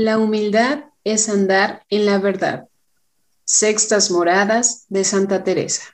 La humildad es andar en la verdad. Sextas moradas de Santa Teresa.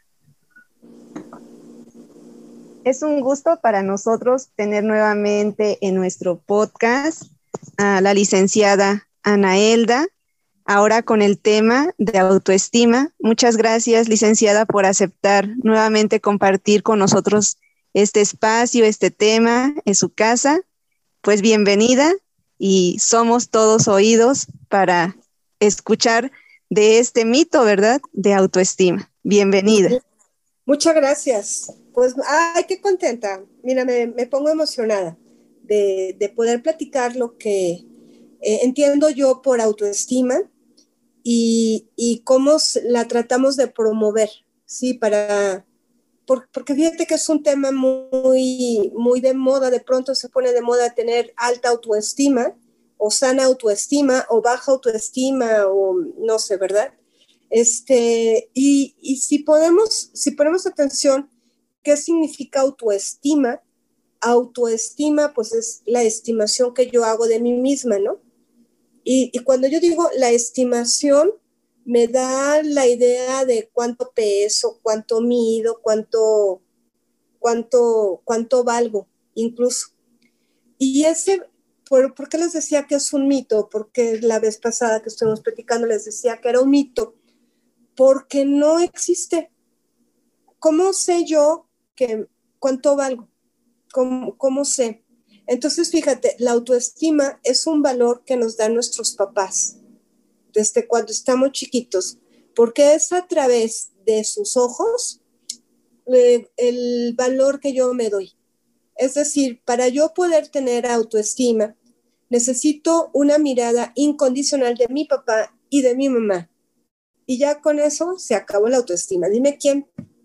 Es un gusto para nosotros tener nuevamente en nuestro podcast a la licenciada Ana Elda, ahora con el tema de autoestima. Muchas gracias, licenciada, por aceptar nuevamente compartir con nosotros este espacio, este tema en su casa. Pues bienvenida y somos todos oídos para escuchar de este mito, ¿verdad?, de autoestima. Bienvenida. Muchas gracias. Pues, ay, qué contenta. Mira, me pongo emocionada de poder platicar lo que entiendo yo por autoestima y cómo la tratamos de promover, ¿sí? Porque fíjate que es un tema muy de moda. De pronto se pone de moda tener alta autoestima o sana autoestima o baja autoestima o no sé, ¿verdad? Y si ponemos atención, ¿qué significa autoestima? Autoestima, pues es la estimación que yo hago de mí misma, ¿no? Y cuando yo digo la estimación, me da la idea de cuánto peso, cuánto mido, cuánto valgo, incluso. Y ¿por qué les decía que es un mito? Porque la vez pasada que estuvimos platicando les decía que era un mito. Porque no existe. ¿Cómo sé yo cuánto valgo? ¿Cómo sé? Entonces, fíjate, la autoestima es un valor que nos dan nuestros papás desde cuando estamos chiquitos, porque es a través de sus ojos el valor que yo me doy. Es decir, para yo poder tener autoestima, necesito una mirada incondicional de mi papá y de mi mamá. Y ya con eso se acabó la autoestima. Dime quién,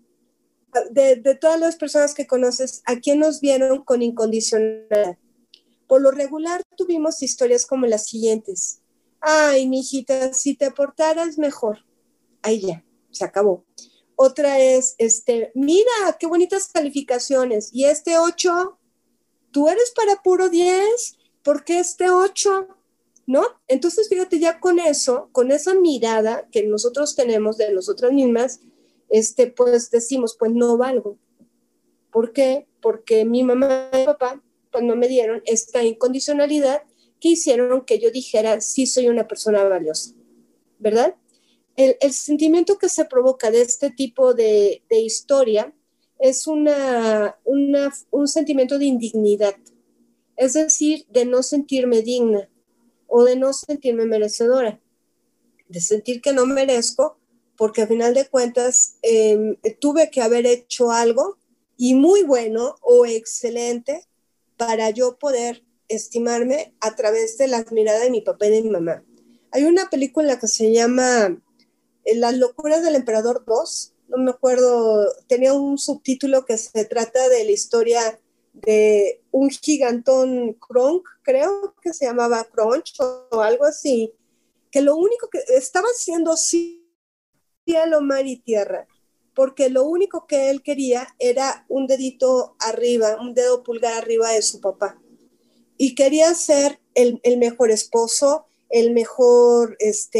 de todas las personas que conoces, ¿a quién nos vieron con incondicionalidad? Por lo regular tuvimos historias como las siguientes. Ay, mijita, si te portaras mejor. Ahí ya, se acabó. Otra es, mira, qué bonitas calificaciones. Y 8, tú eres para puro 10, ¿por qué 8? ¿No? Entonces, fíjate, ya con eso, con esa mirada que nosotros tenemos de nosotras mismas, pues decimos, pues no valgo. ¿Por qué? Porque mi mamá y mi papá pues no me dieron esta incondicionalidad que hicieron que yo dijera, sí soy una persona valiosa, ¿verdad? El sentimiento que se provoca de este tipo de historia es un sentimiento de indignidad, es decir, de no sentirme digna o de no sentirme merecedora, de sentir que no merezco, porque al final de cuentas tuve que haber hecho algo y muy bueno o excelente para yo poder estimarme a través de las miradas de mi papá y de mi mamá. Hay una película que se llama Las locuras del emperador 2, no me acuerdo, tenía un subtítulo que se trata de la historia de un gigantón Kronk, creo que se llamaba Crunch o algo así, que lo único que estaba haciendo cielo, mar y tierra, porque lo único que él quería era un dedito arriba, un dedo pulgar arriba de su papá. Y quería ser el mejor esposo, el mejor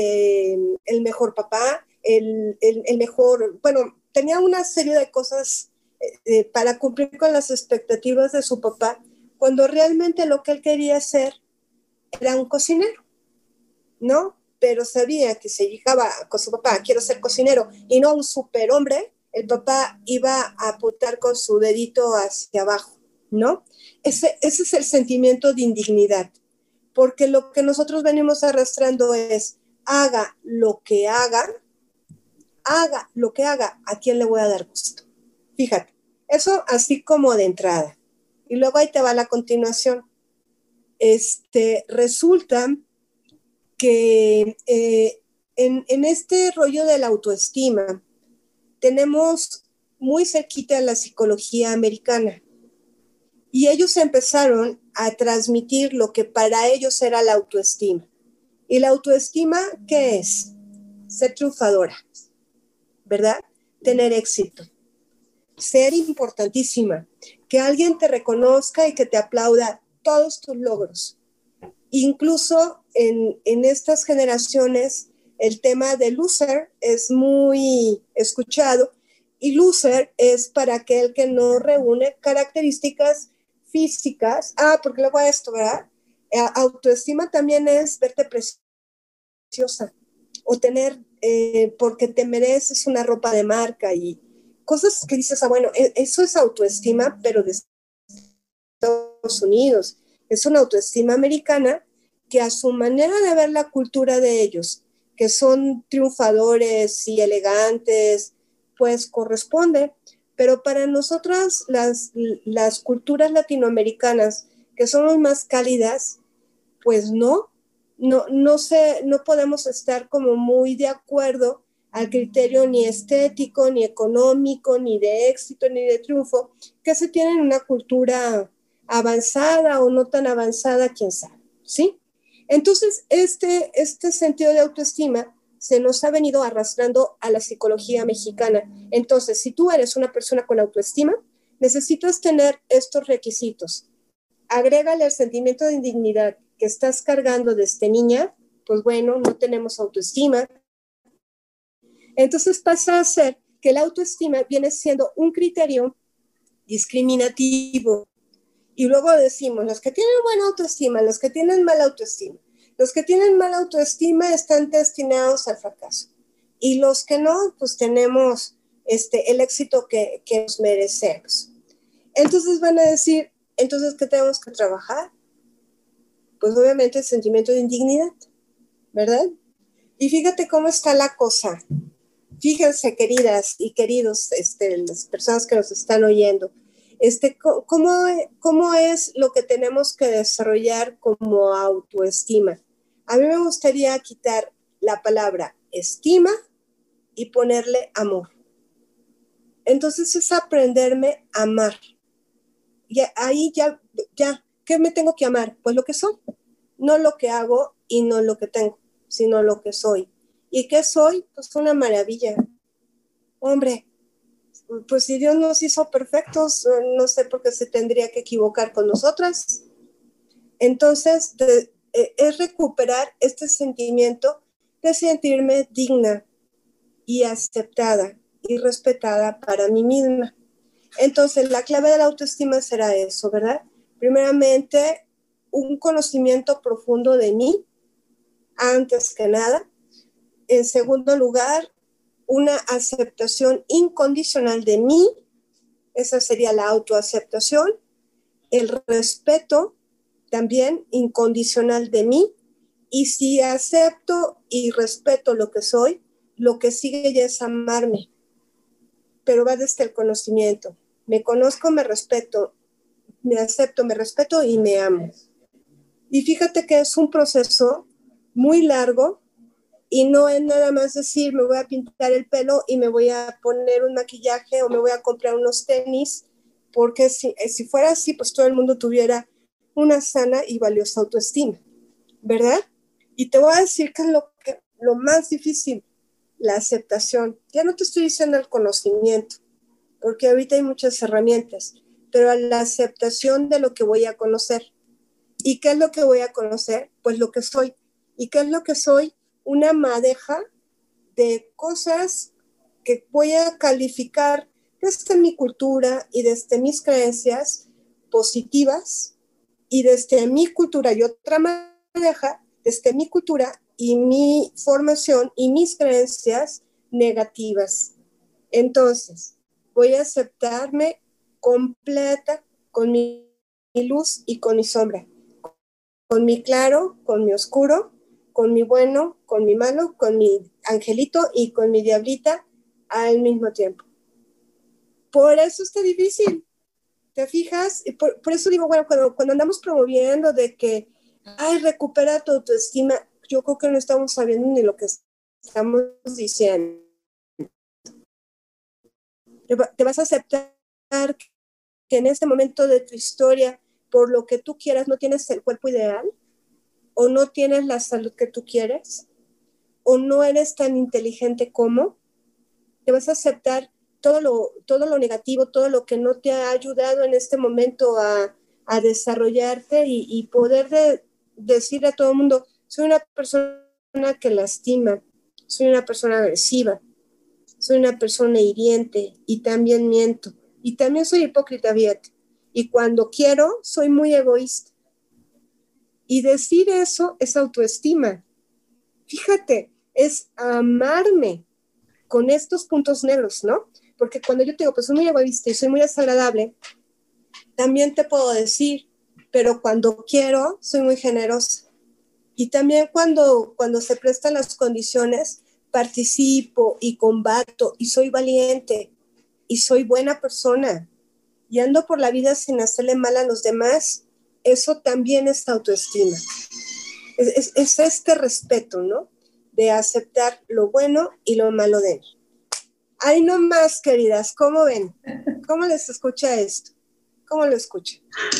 papá, el mejor, bueno, tenía una serie de cosas para cumplir con las expectativas de su papá, cuando realmente lo que él quería hacer era un cocinero, ¿no? Pero sabía que si llegaba con su papá, quiero ser cocinero, y no un superhombre, el papá iba a apuntar con su dedito hacia abajo, ¿no? Ese es el sentimiento de indignidad, porque lo que nosotros venimos arrastrando es, haga lo que haga, ¿a quién le voy a dar gusto? Fíjate, eso así como de entrada. Y luego ahí te va la continuación. Resulta que en este rollo de la autoestima tenemos muy cerquita la psicología americana y ellos empezaron a transmitir lo que para ellos era la autoestima. ¿Y la autoestima qué es? Ser triunfadora, ¿verdad? Tener éxito, ser importantísima, que alguien te reconozca y que te aplauda todos tus logros. Incluso en estas generaciones el tema de loser es muy escuchado, y loser es para aquel que no reúne características físicas. Porque luego esto, ¿verdad? Autoestima también es verte preciosa o tener, porque te mereces una ropa de marca y cosas que dices, bueno, eso es autoestima, pero de Estados Unidos. Es una autoestima americana que a su manera de ver la cultura de ellos, que son triunfadores y elegantes, pues corresponde. Pero para nosotras, las culturas latinoamericanas, que somos más cálidas, pues no podemos estar como muy de acuerdo al criterio ni estético, ni económico, ni de éxito, ni de triunfo, que se tiene en una cultura avanzada o no tan avanzada, quién sabe, ¿sí? Entonces, este sentido de autoestima se nos ha venido arrastrando a la psicología mexicana. Entonces, si tú eres una persona con autoestima, necesitas tener estos requisitos. Agrégale el sentimiento de indignidad que estás cargando desde niña, pues bueno, no tenemos autoestima. Entonces pasa a ser que la autoestima viene siendo un criterio discriminativo. Y luego decimos, los que tienen buena autoestima, los que tienen mala autoestima. Los que tienen mala autoestima están destinados al fracaso. Y los que no, pues tenemos el éxito que nos merecemos. Entonces van a decir, entonces, ¿qué tenemos que trabajar? Pues obviamente el sentimiento de indignidad, ¿verdad? Y fíjate cómo está la cosa. Fíjense, queridas y queridos, las personas que nos están oyendo, ¿cómo es lo que tenemos que desarrollar como autoestima? A mí me gustaría quitar la palabra estima y ponerle amor. Entonces es aprenderme a amar. Y ahí ya, ¿qué me tengo que amar? Pues lo que soy, no lo que hago y no lo que tengo, sino lo que soy. ¿Y qué soy? Pues una maravilla. Hombre, pues si Dios nos hizo perfectos, no sé por qué se tendría que equivocar con nosotras. Entonces, es recuperar este sentimiento de sentirme digna y aceptada y respetada para mí misma. Entonces, la clave de la autoestima será eso, ¿verdad? Primeramente, un conocimiento profundo de mí, antes que nada. En segundo lugar, una aceptación incondicional de mí, esa sería la autoaceptación. El respeto también incondicional de mí. Y si acepto y respeto lo que soy, lo que sigue ya es amarme, pero va desde el conocimiento. Me conozco, me respeto, me acepto, me respeto y me amo. Y fíjate que es un proceso muy largo y no es nada más decir, me voy a pintar el pelo y me voy a poner un maquillaje o me voy a comprar unos tenis, porque si fuera así, pues todo el mundo tuviera una sana y valiosa autoestima, ¿verdad? Y te voy a decir que es lo más difícil, la aceptación. Ya no te estoy diciendo el conocimiento, porque ahorita hay muchas herramientas, pero la aceptación de lo que voy a conocer. ¿Y qué es lo que voy a conocer? Pues lo que soy. ¿Y qué es lo que soy? Una madeja de cosas que voy a calificar desde mi cultura y desde mis creencias positivas, y desde mi cultura y otra madeja desde mi cultura y mi formación y mis creencias negativas. Entonces, voy a aceptarme completa con mi luz y con mi sombra, con mi claro, con mi oscuro, con mi bueno, con mi malo, con mi angelito y con mi diablita al mismo tiempo. Por eso está difícil, ¿te fijas? Y por eso digo, bueno, cuando andamos promoviendo de que, recupera tu autoestima, yo creo que no estamos sabiendo ni lo que estamos diciendo. Te vas a aceptar que en este momento de tu historia, por lo que tú quieras, no tienes el cuerpo ideal, o no tienes la salud que tú quieres, o no eres tan inteligente como. Te vas a aceptar todo lo negativo, todo lo que no te ha ayudado en este momento a desarrollarte y poder decirle a todo el mundo, soy una persona que lastima, soy una persona agresiva, soy una persona hiriente y también miento. Y también soy hipócrita, fíjate. Y cuando quiero, soy muy egoísta. Y decir eso es autoestima. Fíjate, es amarme con estos puntos negros, ¿no? Porque cuando yo te digo, pues soy muy egoísta y soy muy desagradable, también te puedo decir, pero cuando quiero, soy muy generosa. Y también cuando se prestan las condiciones, participo y combato y soy valiente y soy buena persona y ando por la vida sin hacerle mal a los demás. Eso también es autoestima. Es este respeto, ¿no? De aceptar lo bueno y lo malo de él. Ahí nomás, queridas, ¿cómo ven? ¿Cómo les escucha esto? ¿Cómo lo escuchan?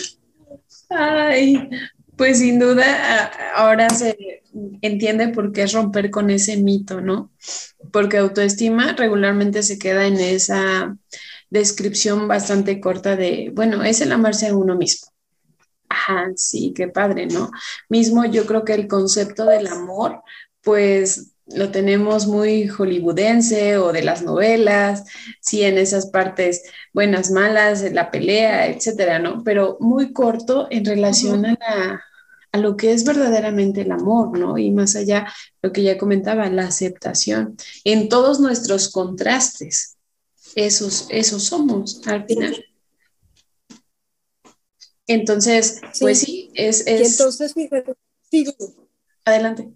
Ay, pues sin duda ahora se entiende por qué es romper con ese mito, ¿no? Porque autoestima regularmente se queda en esa descripción bastante corta de, bueno, es el amarse a uno mismo. Ajá, sí, qué padre, ¿no? Mismo yo creo que el concepto del amor, pues lo tenemos muy hollywoodense o de las novelas, sí, en esas partes buenas, malas, la pelea, etcétera, ¿no? Pero muy corto en relación a lo que es verdaderamente el amor, ¿no? Y más allá, lo que ya comentaba, la aceptación en todos nuestros contrastes, esos somos al final. Entonces, sí. Pues sí, es... Y entonces, fíjate, sí. Adelante.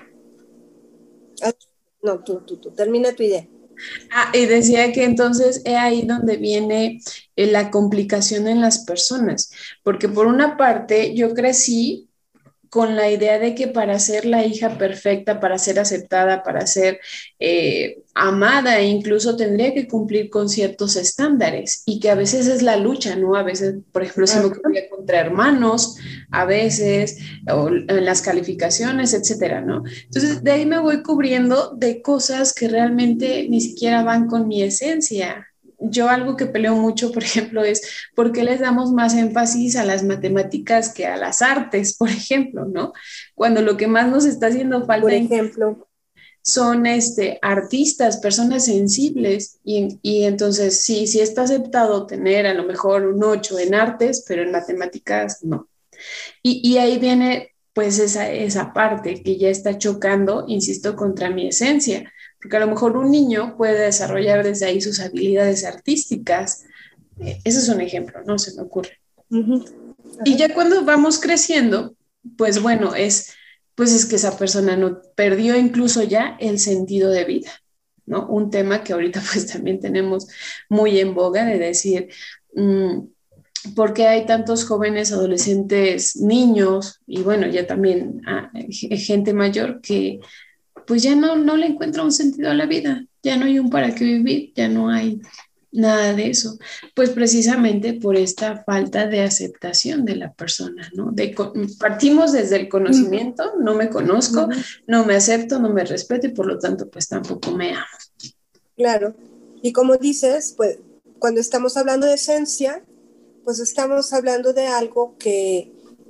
No, tú, termina tu idea. Y decía que entonces es ahí donde viene la complicación en las personas, porque por una parte yo crecí con la idea de que para ser la hija perfecta, para ser aceptada, para ser amada, incluso tendría que cumplir con ciertos estándares y que a veces es la lucha, ¿no? A veces, por ejemplo, se me ocurría contra hermanos, a veces, o en las calificaciones, etcétera, ¿no? Entonces, de ahí me voy cubriendo de cosas que realmente ni siquiera van con mi esencia. Yo algo que peleo mucho, por ejemplo, es por qué les damos más énfasis a las matemáticas que a las artes, por ejemplo, ¿no? Cuando lo que más nos está haciendo falta, por ejemplo, son artistas, personas sensibles, y entonces sí está aceptado tener a lo mejor un 8 en artes, pero en matemáticas no. Y ahí viene pues esa parte que ya está chocando, insisto, contra mi esencia, porque a lo mejor un niño puede desarrollar desde ahí sus habilidades artísticas. Ese es un ejemplo, no se me ocurre. Uh-huh. Y ya cuando vamos creciendo, pues bueno, pues es que esa persona no perdió incluso ya el sentido de vida, ¿no? Un tema que ahorita pues también tenemos muy en boga de decir, ¿por qué hay tantos jóvenes, adolescentes, niños y bueno, ya también gente mayor que pues ya no le encuentra un sentido a la vida, ya no hay un para qué vivir, ya no hay nada de eso, pues precisamente por esta falta de aceptación de la persona, ¿no? Partimos desde el conocimiento, no me conozco, no me acepto, no me respeto y por lo tanto pues tampoco me amo. Claro, y como dices, pues cuando estamos hablando de esencia, pues estamos hablando de algo que,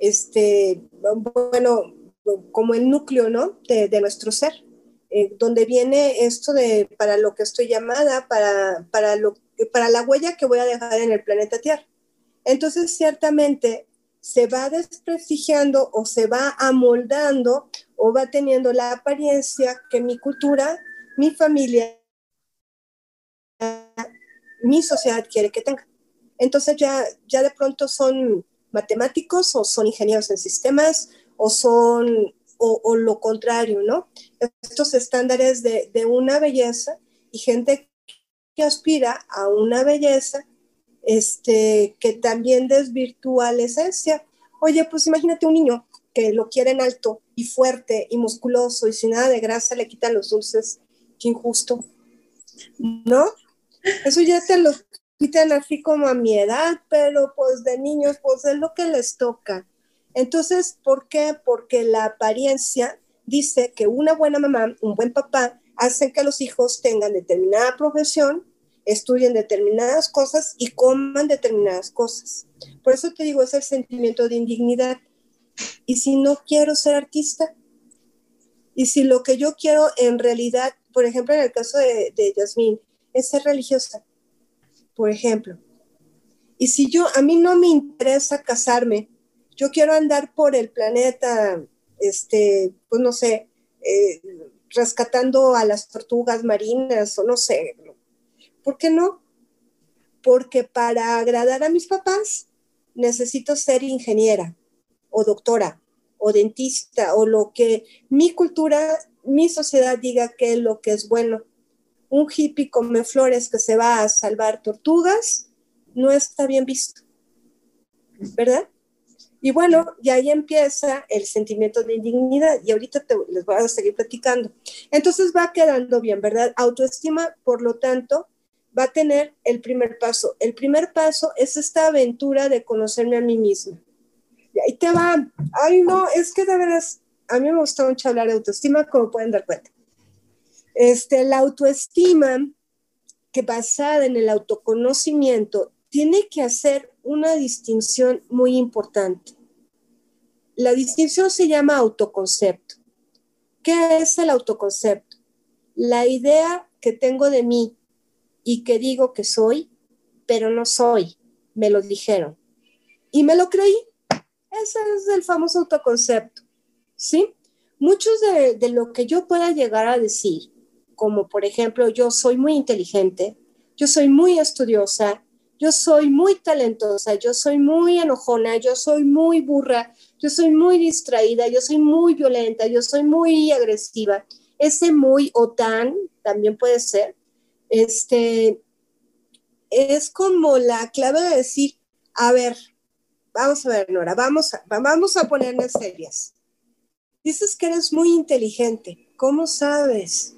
bueno, como el núcleo, ¿no? De nuestro ser, donde viene esto de para lo que estoy llamada, para la huella que voy a dejar en el planeta Tierra. Entonces, ciertamente, se va desprestigiando o se va amoldando o va teniendo la apariencia que mi cultura, mi familia, mi sociedad quiere que tenga. Entonces ya de pronto son matemáticos o son ingenieros en sistemas o son o lo contrario, ¿no? Estos estándares de una belleza y gente que aspira a una belleza que también desvirtúa la esencia. Oye, pues imagínate un niño que lo quieren alto y fuerte y musculoso y sin nada de grasa le quitan los dulces, qué injusto, ¿no? Eso ya te lo quitan así como a mi edad, pero pues de niños pues es lo que les toca. Entonces, ¿por qué? Porque la apariencia dice que una buena mamá, un buen papá, hacen que los hijos tengan determinada profesión, estudien determinadas cosas y coman determinadas cosas. Por eso te digo, es el sentimiento de indignidad. ¿Y si no quiero ser artista? ¿Y si lo que yo quiero en realidad, por ejemplo, en el caso de Yasmín, es ser religiosa, por ejemplo? Y si a mí no me interesa casarme, yo quiero andar por el planeta, pues no sé, eh, rescatando a las tortugas marinas o no sé, ¿por qué no? Porque para agradar a mis papás necesito ser ingeniera o doctora o dentista o lo que mi cultura, mi sociedad diga que es lo que es bueno. Un hippie come flores que se va a salvar tortugas no está bien visto, ¿verdad? Y bueno, y ahí empieza el sentimiento de indignidad y ahorita les voy a seguir platicando. Entonces va quedando bien, ¿verdad? Autoestima, por lo tanto, va a tener el primer paso. El primer paso es esta aventura de conocerme a mí misma. Y ahí te va. Ay, no, es que de veras, a mí me gusta mucho hablar de autoestima, como pueden dar cuenta. La autoestima, que basada en el autoconocimiento, tiene que hacer una distinción muy importante. La distinción se llama autoconcepto. ¿Qué es el autoconcepto? La idea que tengo de mí y que digo que soy, pero no soy. Me lo dijeron. Y me lo creí. Ese es el famoso autoconcepto. ¿Sí? Muchos de lo que yo pueda llegar a decir, como por ejemplo, yo soy muy inteligente, yo soy muy estudiosa, yo soy muy talentosa, yo soy muy enojona, yo soy muy burra, yo soy muy distraída, yo soy muy violenta, yo soy muy agresiva. Ese muy o tan también puede ser, es como la clave de decir, a ver, vamos a ver, Nora, vamos a ponernos serias. Dices que eres muy inteligente. ¿Cómo sabes?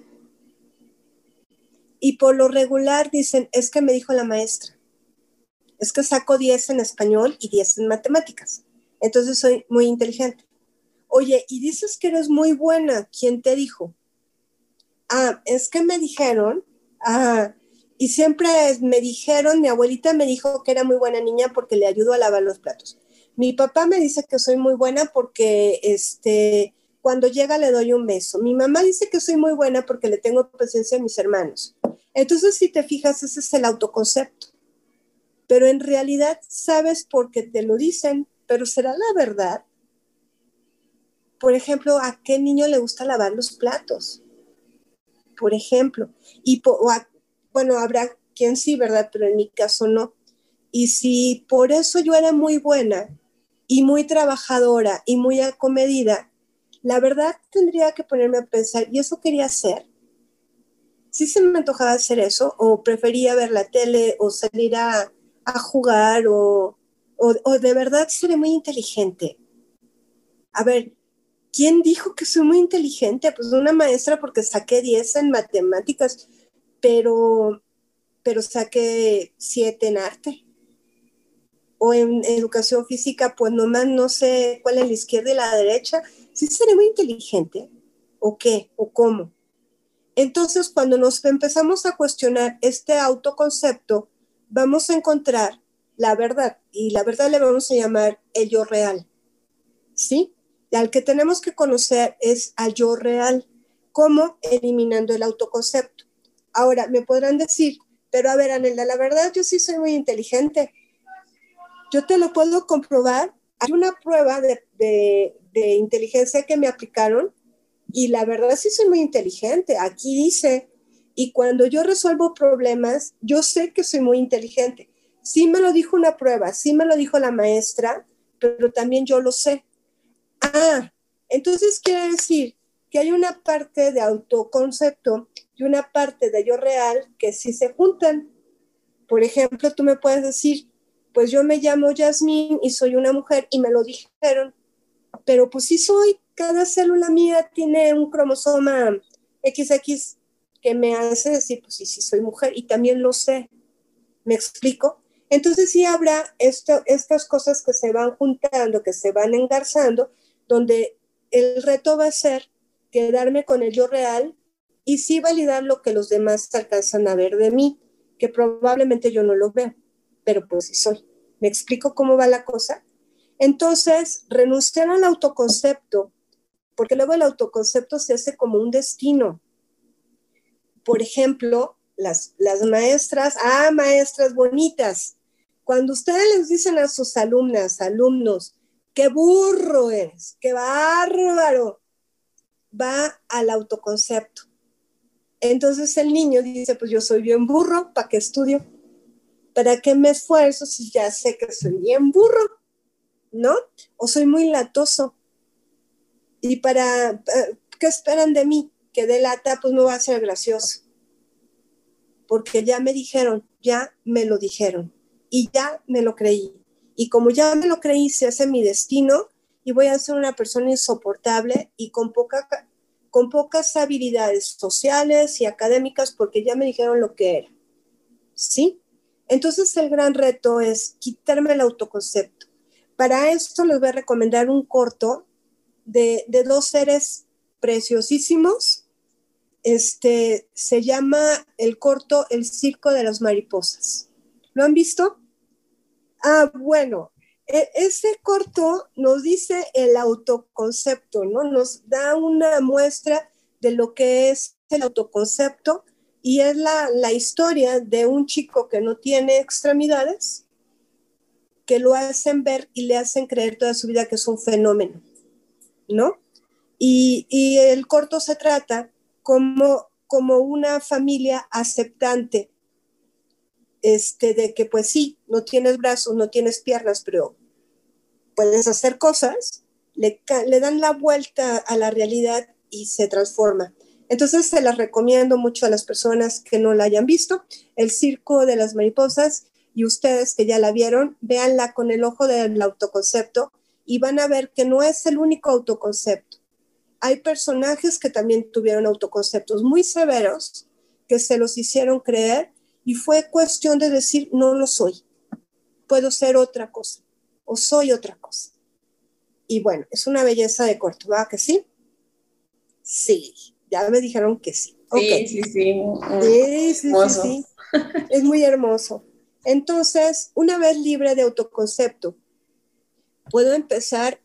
Y por lo regular dicen, es que me dijo la maestra. Es que saco 10 en español y 10 en matemáticas. Entonces soy muy inteligente. Oye, y dices que eres muy buena. ¿Quién te dijo? Ah, es que me dijeron. Ah, y siempre me dijeron, mi abuelita me dijo que era muy buena niña porque le ayudo a lavar los platos. Mi papá me dice que soy muy buena porque cuando llega le doy un beso. Mi mamá dice que soy muy buena porque le tengo paciencia a mis hermanos. Entonces, si te fijas, ese es el autoconcepto. Pero en realidad sabes porque te lo dicen, pero ¿será la verdad? Por ejemplo, ¿a qué niño le gusta lavar los platos? Por ejemplo. Bueno, habrá quien sí, ¿verdad? Pero en mi caso no. Y si por eso yo era muy buena y muy trabajadora y muy acomedida, la verdad tendría que ponerme a pensar, ¿y eso quería hacer? ¿Sí se me antojaba hacer eso? ¿O prefería ver la tele o salir a jugar o de verdad seré muy inteligente? A ver, ¿quién dijo que soy muy inteligente? Pues una maestra porque saqué 10 en matemáticas, pero, pero saqué 7 en arte. O en educación física, pues nomás no sé cuál es la izquierda y la derecha. ¿Sí seré muy inteligente? ¿O qué? ¿O cómo? Entonces, cuando nos empezamos a cuestionar este autoconcepto, vamos a encontrar la verdad, y la verdad le vamos a llamar el yo real, ¿sí? Y al que tenemos que conocer es al yo real. ¿Cómo? Eliminando el autoconcepto. Ahora, me podrán decir, pero a ver, Anelda, la verdad yo sí soy muy inteligente. Yo te lo puedo comprobar. Hay una prueba de inteligencia que me aplicaron y la verdad sí soy muy inteligente. Aquí dice, y cuando yo resuelvo problemas, yo sé que soy muy inteligente. Sí me lo dijo una prueba, sí me lo dijo la maestra, pero también yo lo sé. Ah, entonces quiere decir que hay una parte de autoconcepto y una parte de yo real que sí se juntan. Por ejemplo, tú me puedes decir, pues yo me llamo Yasmín y soy una mujer y me lo dijeron, pero pues sí soy, cada célula mía tiene un cromosoma XX que me hace decir, pues sí, sí soy mujer y también lo sé. ¿Me explico? Entonces sí habrá estas cosas que se van juntando, que se van engarzando, donde el reto va a ser quedarme con el yo real y sí validar lo que los demás alcanzan a ver de mí, que probablemente yo no lo veo, pero pues sí soy. ¿Me explico cómo va la cosa? Entonces, renunciar al autoconcepto, porque luego el autoconcepto se hace como un destino. Por ejemplo, las maestras, maestras bonitas, cuando ustedes les dicen a sus alumnas, alumnos, qué burro eres, qué bárbaro, va al autoconcepto. Entonces el niño dice, pues yo soy bien burro, ¿para qué estudio? ¿Para qué me esfuerzo si ya sé que soy bien burro? ¿No? O soy muy latoso. ¿Y qué esperan de mí? Que de lata, pues no va a ser gracioso. Porque ya me dijeron, ya me lo dijeron. Y ya me lo creí. Y como ya me lo creí, se hace mi destino y voy a ser una persona insoportable y con pocas habilidades sociales y académicas porque ya me dijeron lo que era. ¿Sí? Entonces el gran reto es quitarme el autoconcepto. Para esto les voy a recomendar un corto de dos seres preciosísimos. Se llama el corto El Circo de las Mariposas. ¿Lo han visto? Bueno, ese corto nos dice el autoconcepto, ¿no? Nos da una muestra de lo que es el autoconcepto y es la historia de un chico que no tiene extremidades, que lo hacen ver y le hacen creer toda su vida que es un fenómeno, ¿no? Y el corto se trata como una familia aceptante, de que pues sí, no tienes brazos, no tienes piernas, pero puedes hacer cosas, le dan la vuelta a la realidad y se transforma. Entonces se las recomiendo mucho a las personas que no la hayan visto, El Circo de las Mariposas, y ustedes que ya la vieron, véanla con el ojo del autoconcepto y van a ver que no es el único autoconcepto. Hay personajes que también tuvieron autoconceptos muy severos que se los hicieron creer y fue cuestión de decir, no lo soy, puedo ser otra cosa o soy otra cosa. Y bueno, es una belleza de corto, ¿va que sí? Sí, ya me dijeron que sí. Sí, okay. Sí. Sí. Es muy hermoso. Entonces, una vez libre de autoconcepto, puedo empezar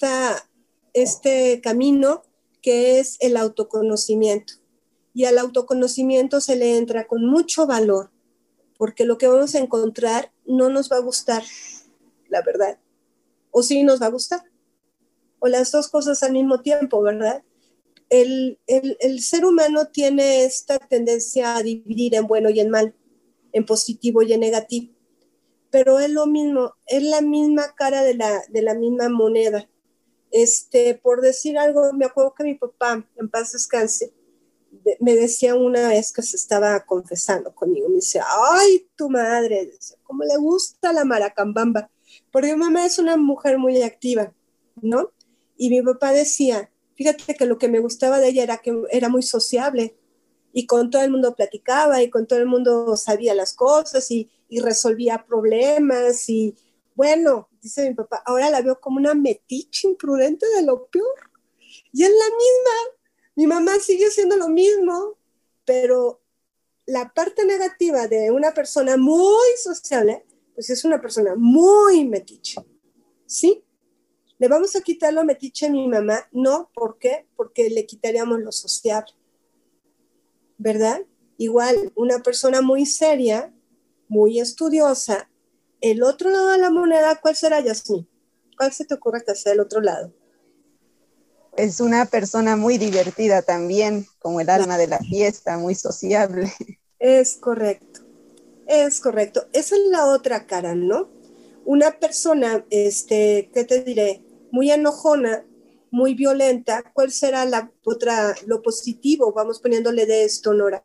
este camino que es el autoconocimiento. Y al autoconocimiento se le entra con mucho valor, porque lo que vamos a encontrar no nos va a gustar, la verdad. O sí nos va a gustar. O las dos cosas al mismo tiempo, ¿verdad? El ser humano tiene esta tendencia a dividir en bueno y en mal, en positivo y en negativo. Pero es lo mismo, es la misma cara de la misma moneda. Por decir algo, me acuerdo que mi papá, en paz descanse, me decía una vez que se estaba confesando conmigo, me decía, ay, tu madre, decía, cómo le gusta la maracambamba, porque mi mamá es una mujer muy activa, ¿no? Y mi papá decía, fíjate que lo que me gustaba de ella era que era muy sociable y con todo el mundo platicaba y con todo el mundo sabía las cosas y resolvía problemas y bueno, dice mi papá, ahora la veo como una metiche imprudente de lo peor. Y es la misma, mi mamá sigue siendo lo mismo, pero la parte negativa de una persona muy sociable, pues es una persona muy metiche, ¿sí? ¿Le vamos a quitar lo metiche a mi mamá? No, ¿por qué? Porque le quitaríamos lo sociable, ¿verdad? Igual, una persona muy seria, muy estudiosa, el otro lado de la moneda, ¿cuál será, Yasmín? ¿Cuál se te ocurre que sea el otro lado? Es una persona muy divertida también, como el alma de la fiesta, muy sociable. Es correcto, es correcto. Esa es la otra cara, ¿no? Una persona, ¿qué te diré? Muy enojona, muy violenta. ¿Cuál será la otra, lo positivo? Vamos poniéndole de esto, Nora.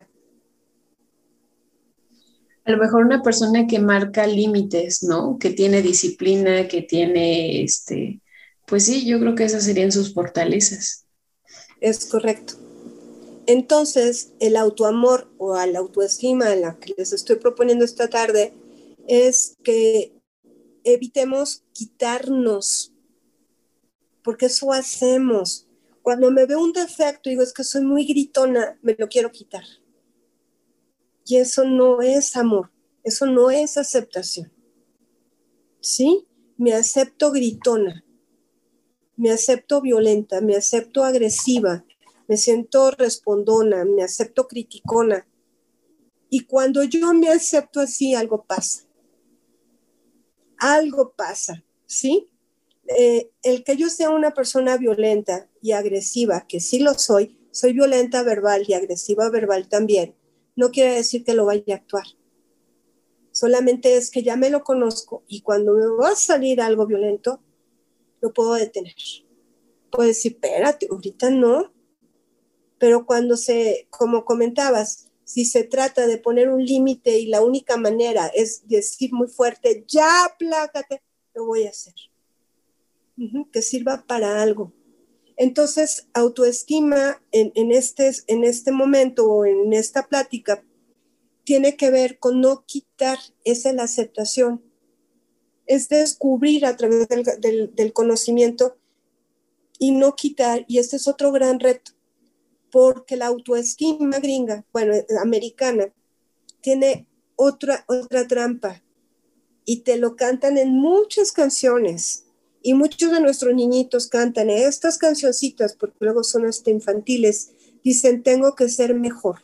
A lo mejor una persona que marca límites, ¿no? Que tiene disciplina, que tiene, pues sí, yo creo que esas serían sus fortalezas. Es correcto. Entonces, el autoamor o la autoestima, la que les estoy proponiendo esta tarde, es que evitemos quitarnos, porque eso hacemos. Cuando me veo un defecto, digo, es que soy muy gritona, me lo quiero quitar. Y eso no es amor, eso no es aceptación. ¿Sí? me acepto gritona, me acepto violenta, me acepto agresiva, me siento respondona, me acepto criticona. Y cuando yo me acepto así, algo pasa. Algo pasa, ¿sí? El que yo sea una persona violenta y agresiva, que sí lo soy violenta verbal y agresiva verbal también, no quiere decir que lo vaya a actuar. Solamente es que ya me lo conozco y cuando me va a salir algo violento, lo puedo detener. Puedo decir, espérate, ahorita no. Pero cuando como comentabas, si se trata de poner un límite y la única manera es decir muy fuerte, ya aplácate, lo voy a hacer. Que sirva para algo. Entonces, autoestima en este momento o en esta plática tiene que ver con no quitar esa la aceptación. Es descubrir a través del conocimiento y no quitar, y este es otro gran reto, porque la autoestima gringa, bueno, americana, tiene otra trampa y te lo cantan en muchas canciones y muchos de nuestros niñitos cantan estas cancioncitas porque luego son hasta infantiles, dicen tengo que ser mejor.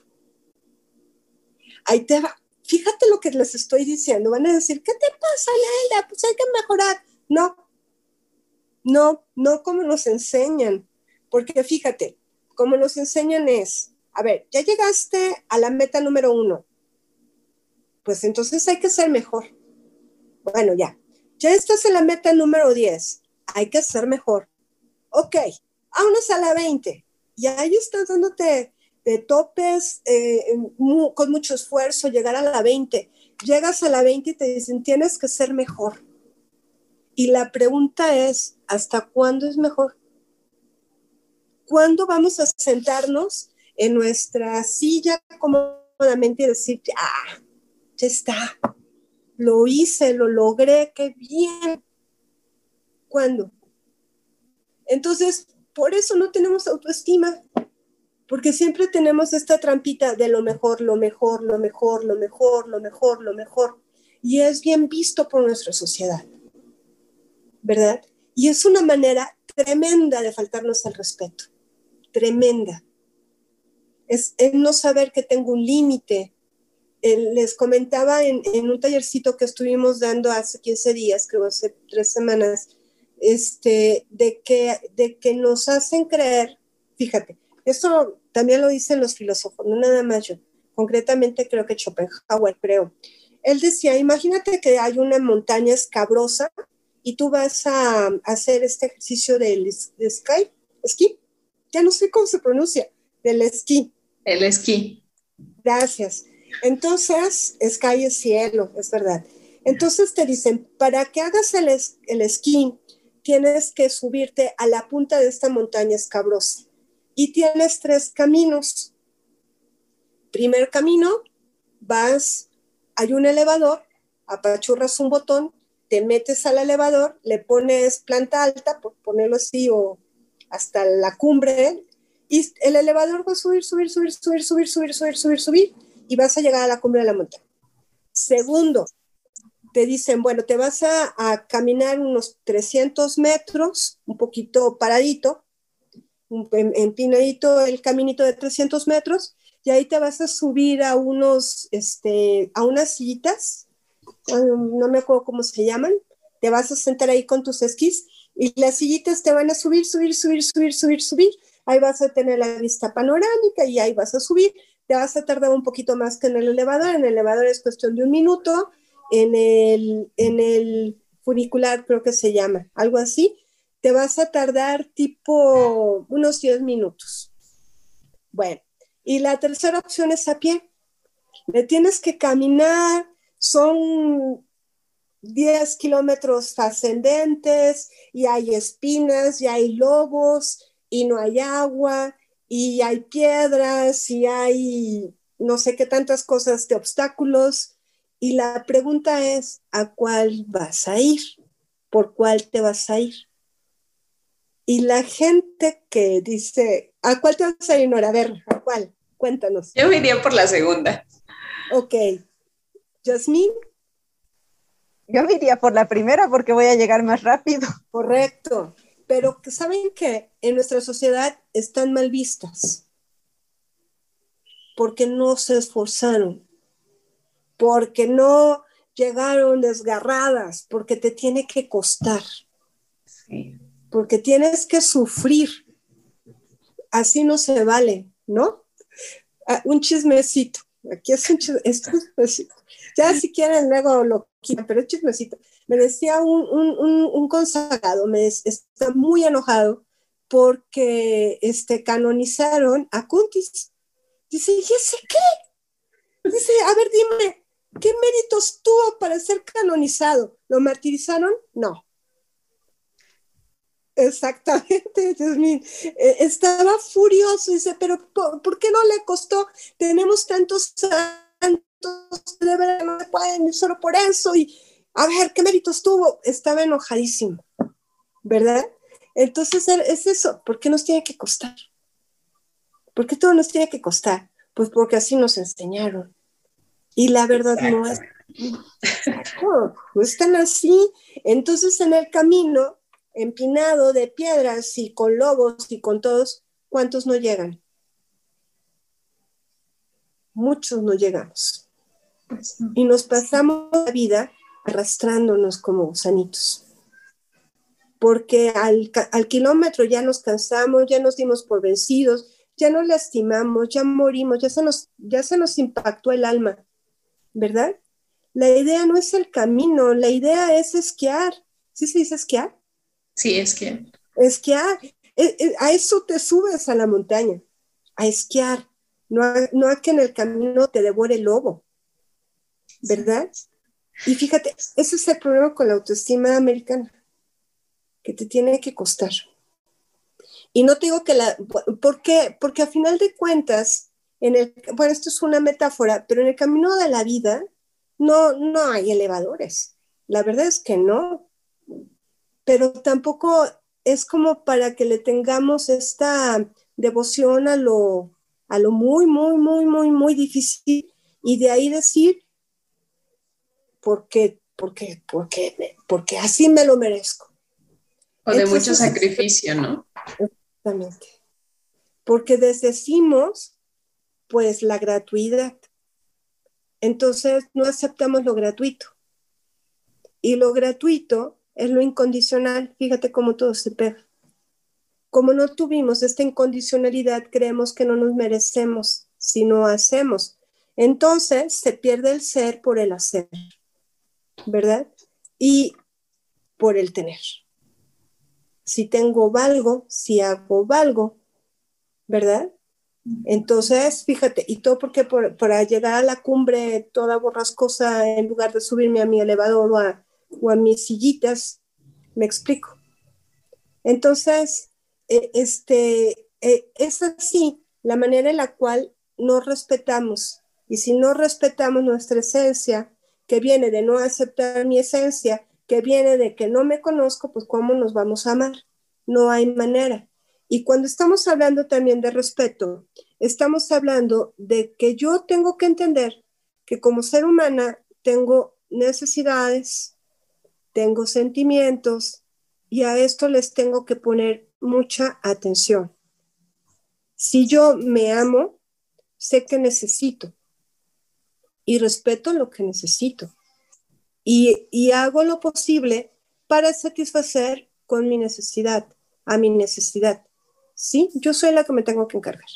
Ahí te va, fíjate lo que les estoy diciendo, van a decir, ¿qué te pasa, Nelda? Pues hay que mejorar. No como nos enseñan, porque fíjate, como nos enseñan es, a ver, ya llegaste a la meta número 1, pues entonces hay que ser mejor. Bueno, ya estás en la meta número 10, hay que ser mejor. Ok, vámonos a la 20, y ahí estás dándote de topes con mucho esfuerzo, llegar a la 20. Llegas a la 20 y te dicen, tienes que ser mejor. Y la pregunta es, ¿hasta cuándo es mejor? ¿Cuándo vamos a sentarnos en nuestra silla cómodamente y decir, ya está, lo hice, lo logré, qué bien? ¿Cuándo? Entonces, por eso no tenemos autoestima, porque siempre tenemos esta trampita de lo mejor, lo mejor, lo mejor, lo mejor, lo mejor, lo mejor, y es bien visto por nuestra sociedad, ¿verdad? Y es una manera tremenda de faltarnos al respeto, tremenda. Es no saber que tengo un límite. Les comentaba en un tallercito que estuvimos dando hace 15 días, creo hace 3 semanas, de que nos hacen creer, fíjate, esto también lo dicen los filósofos, no nada más yo, concretamente creo que Schopenhauer, creo. Él decía, imagínate que hay una montaña escabrosa y tú vas a hacer este ejercicio del esquí, ya no sé cómo se pronuncia, del esquí. El esquí. Gracias. Entonces, sky es cielo, es verdad. Entonces te dicen, para que hagas el esquí, tienes que subirte a la punta de esta montaña escabrosa. Y tienes 3 caminos. Primer camino, hay un elevador, apachurras un botón, te metes al elevador, le pones planta alta, por ponerlo así, o hasta la cumbre, y el elevador va a subir, y vas a llegar a la cumbre de la montaña. Segundo, te dicen, bueno, te vas a caminar unos 300 metros, un poquito paradito, empinadito el caminito de 300 metros, y ahí te vas a subir a unas sillitas, no me acuerdo cómo se llaman, te vas a sentar ahí con tus esquís, y las sillitas te van a subir, ahí vas a tener la vista panorámica, y ahí vas a subir, te vas a tardar un poquito más que en el elevador es cuestión de 1 minuto, en el funicular creo que se llama, algo así, te vas a tardar tipo unos 10 minutos. Bueno, y la tercera opción es a pie. Le tienes que caminar, son 10 kilómetros ascendentes, y hay espinas, y hay lobos, y no hay agua, y hay piedras, y hay no sé qué tantas cosas de obstáculos. Y la pregunta es, ¿a cuál vas a ir? ¿Por cuál te vas a ir? Y la gente que dice, ¿a cuál te vas a ir, Nora? A ver, ¿a cuál? Cuéntanos. Yo me iría por la segunda. Ok. Yasmín. Yo me iría por la primera porque voy a llegar más rápido. Correcto. Pero ¿saben qué? En nuestra sociedad están mal vistas porque no se esforzaron, porque no llegaron desgarradas, porque te tiene que costar, Sí. porque tienes que sufrir. Así no se vale, ¿no? Un chismecito. Aquí es un chismecito. Ya si quieren luego lo quitan, pero es chismecito. Me decía un consagrado, está muy enojado porque canonizaron a Kuntis. Dice, ¿y ese qué? Dice, a ver, dime, ¿qué méritos tuvo para ser canonizado? ¿Lo martirizaron? No. Exactamente, Yasmín. Estaba furioso, dice, pero ¿por qué no le costó? Tenemos tantos santos, de verdad no se pueden solo por eso, y a ver, ¿qué méritos tuvo? Estaba enojadísimo, ¿verdad? Entonces es eso, ¿por qué nos tiene que costar? ¿Por qué todo nos tiene que costar? Pues porque así nos enseñaron. Y la verdad no es, no es tan así. Entonces en el camino empinado de piedras y con lobos y con todos, ¿cuántos no llegan? Muchos no llegamos. Pues no. Y nos pasamos la vida arrastrándonos como gusanitos. Porque al kilómetro ya nos cansamos, ya nos dimos por vencidos, ya nos lastimamos, ya morimos, ya se nos impactó el alma, ¿verdad? La idea no es el camino, la idea es esquiar. ¿Sí se dice esquiar? Sí, es que Esquiar. A eso te subes a la montaña, a esquiar, no a que en el camino te devore el lobo, ¿verdad? Y fíjate, ese es el problema con la autoestima americana, que te tiene que costar. Y no te digo que ¿por qué? Porque a final de cuentas, bueno, esto es una metáfora, pero en el camino de la vida no hay elevadores. La verdad es que no, pero tampoco es como para que le tengamos esta devoción a lo muy, muy, muy, muy, muy difícil y de ahí decir, porque así me lo merezco. o de mucho Entonces, sacrificio, ¿no? exactamente. Porque decimos, pues, la gratuidad. Entonces, no aceptamos lo gratuito. Y lo gratuito es lo incondicional. Fíjate cómo todo se pega. Como no tuvimos esta incondicionalidad, creemos que no nos merecemos si no hacemos. Entonces se pierde el ser por el hacer, ¿verdad? Y por el tener. Si tengo, valgo, si hago, valgo, ¿verdad? Entonces, fíjate, y todo porque para llegar a la cumbre toda borrascosa, en lugar de subirme a mi elevador o a mis sillitas, me explico. Entonces, es así la manera en la cual nos respetamos. Y si no respetamos nuestra esencia, que viene de no aceptar mi esencia, que viene de que no me conozco, pues ¿cómo nos vamos a amar? No hay manera. Y cuando estamos hablando también de respeto, estamos hablando de que yo tengo que entender que como ser humana tengo necesidades, tengo sentimientos, y a esto les tengo que poner mucha atención. Si yo me amo, sé que necesito y respeto lo que necesito. Y hago lo posible para satisfacer con mi necesidad, a mi necesidad. ¿Sí? Yo soy la que me tengo que encargar.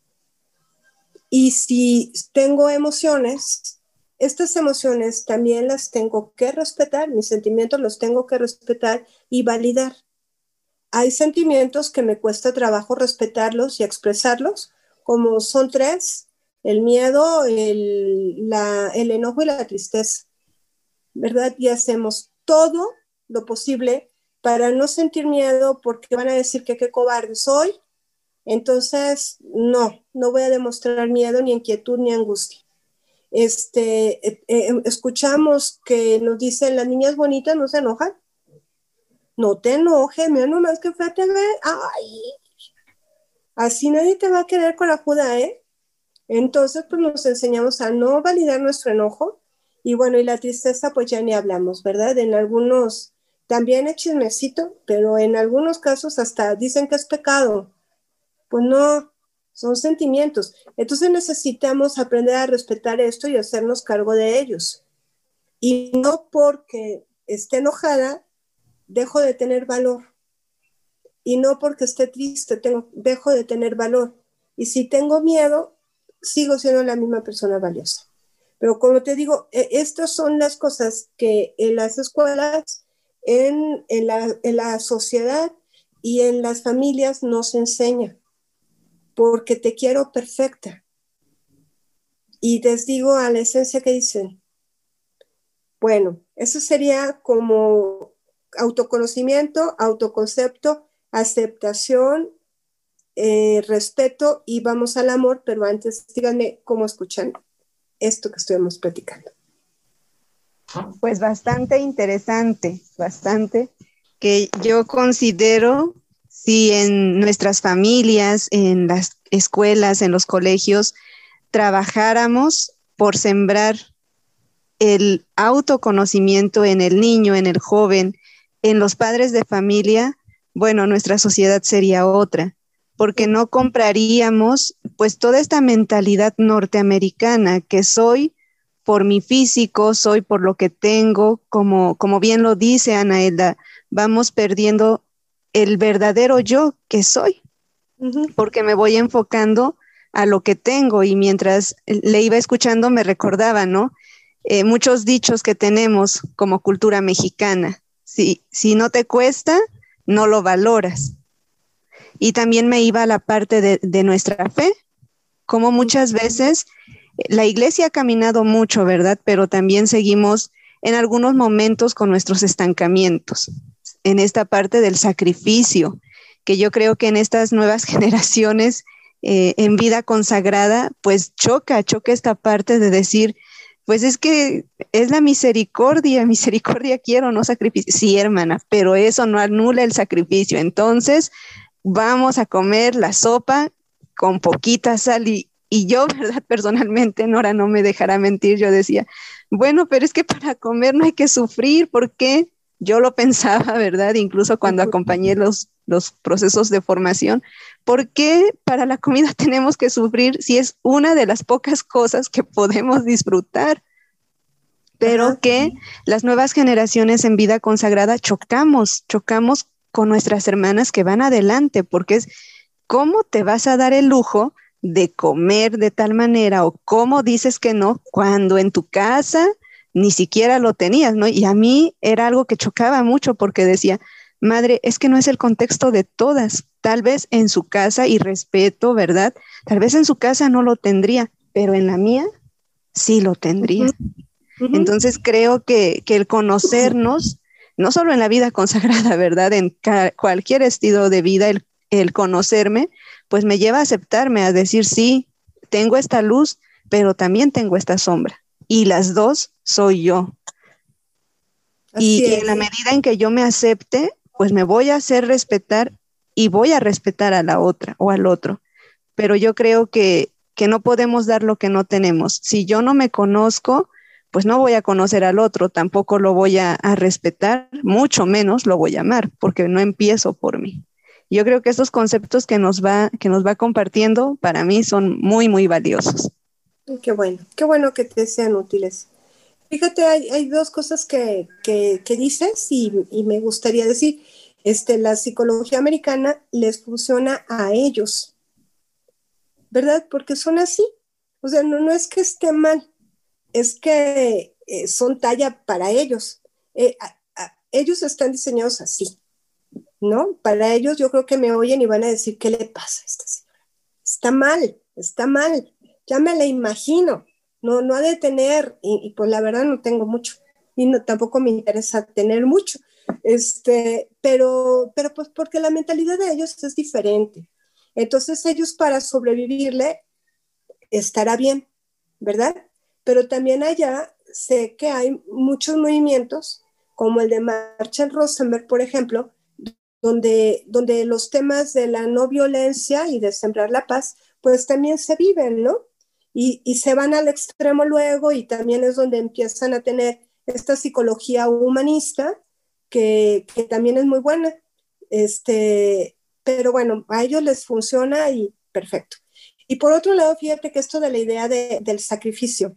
Y si tengo emociones, estas emociones también las tengo que respetar, mis sentimientos los tengo que respetar y validar. Hay sentimientos que me cuesta trabajo respetarlos y expresarlos, como son tres: el miedo, el enojo y la tristeza, ¿verdad? Y hacemos todo lo posible para no sentir miedo porque van a decir que qué cobarde soy. Entonces, no voy a demostrar miedo, ni inquietud, ni angustia. Escuchamos que nos dicen, las niñas bonitas no se enojan. No te enojes, mira nomás que fea te ve. Ay, así nadie te va a querer con la juda, ¿eh? Entonces, pues nos enseñamos a no validar nuestro enojo Y bueno, y la tristeza, pues ya ni hablamos, ¿verdad? En algunos, también es chismecito, pero en algunos casos hasta dicen que es pecado. Pues no, son sentimientos. Entonces necesitamos aprender a respetar esto y hacernos cargo de ellos. Y no porque esté enojada, dejo de tener valor. Y no porque esté triste, dejo de tener valor. Y si tengo miedo, sigo siendo la misma persona valiosa. Pero como te digo, estas son las cosas que en las escuelas, en la sociedad y en las familias nos enseñan, porque te quiero perfecta. Y les digo a la esencia que dicen, bueno, eso sería como autoconocimiento, autoconcepto, aceptación, respeto y vamos al amor, pero antes díganme cómo escuchan esto que estuvimos platicando. Pues bastante interesante, bastante, que yo considero si en nuestras familias, en las escuelas, en los colegios, trabajáramos por sembrar el autoconocimiento en el niño, en el joven, en los padres de familia, bueno, nuestra sociedad sería otra, porque no compraríamos pues toda esta mentalidad norteamericana que soy por mi físico, soy por lo que tengo, como bien lo dice Anaelda, vamos perdiendo el verdadero yo que soy, porque me voy enfocando a lo que tengo y mientras le iba escuchando me recordaba, ¿no? Muchos dichos que tenemos como cultura mexicana. Si no te cuesta, no lo valoras. Y también me iba a la parte de nuestra fe, como muchas veces la iglesia ha caminado mucho, ¿verdad? Pero también seguimos en algunos momentos con nuestros estancamientos, en esta parte del sacrificio, que yo creo que en estas nuevas generaciones en vida consagrada, pues choca esta parte de decir, pues es que es la misericordia quiero, no sacrificio. Sí, hermana, pero eso no anula el sacrificio. Entonces, vamos a comer la sopa con poquita sal y yo, ¿verdad? Personalmente, Nora no me dejará mentir, yo decía, bueno, pero es que para comer no hay que sufrir, ¿por qué? Yo lo pensaba, ¿verdad? Incluso cuando acompañé los procesos de formación, ¿por qué para la comida tenemos que sufrir si es una de las pocas cosas que podemos disfrutar? Pero que las nuevas generaciones en vida consagrada chocamos con nuestras hermanas que van adelante, porque es cómo te vas a dar el lujo de comer de tal manera o cómo dices que no cuando en tu casa ni siquiera lo tenías, ¿no? Y a mí era algo que chocaba mucho porque decía, madre, es que no es el contexto de todas, tal vez en su casa, y respeto, ¿verdad? Tal vez en su casa no lo tendría, pero en la mía sí lo tendría. Entonces creo que el conocernos, no solo en la vida consagrada, ¿verdad? En cualquier estilo de vida, el conocerme, pues me lleva a aceptarme, a decir, sí, tengo esta luz, pero también tengo esta sombra. Y las dos soy yo. Y en la medida en que yo me acepte, pues me voy a hacer respetar y voy a respetar a la otra o al otro. Pero yo creo que no podemos dar lo que no tenemos. Si yo no me conozco, pues no voy a conocer al otro, tampoco lo voy a respetar, mucho menos lo voy a amar, porque no empiezo por mí. Yo creo que estos conceptos que nos va compartiendo para mí son muy, muy valiosos. Qué bueno que te sean útiles. Fíjate, hay dos cosas que dices y me gustaría decir. La psicología americana les funciona a ellos, ¿verdad? Porque son así. O sea, no es que esté mal, es que son talla para ellos. Ellos están diseñados así, ¿no? Para ellos yo creo que me oyen y van a decir, ¿qué le pasa a esta señora? Está mal, ya me la imagino, no ha de tener, y pues la verdad no tengo mucho, y no, tampoco me interesa tener mucho, pero pues porque la mentalidad de ellos es diferente. Entonces ellos para sobrevivirle estará bien, ¿verdad? Pero también allá sé que hay muchos movimientos, como el de Marshall Rosenberg, por ejemplo, donde los temas de la no violencia y de sembrar la paz, pues también se viven, ¿no? y se van al extremo luego y también es donde empiezan a tener esta psicología humanista que también es muy buena. Pero bueno, a ellos les funciona y perfecto. Y por otro lado, fíjate que esto de la idea del sacrificio,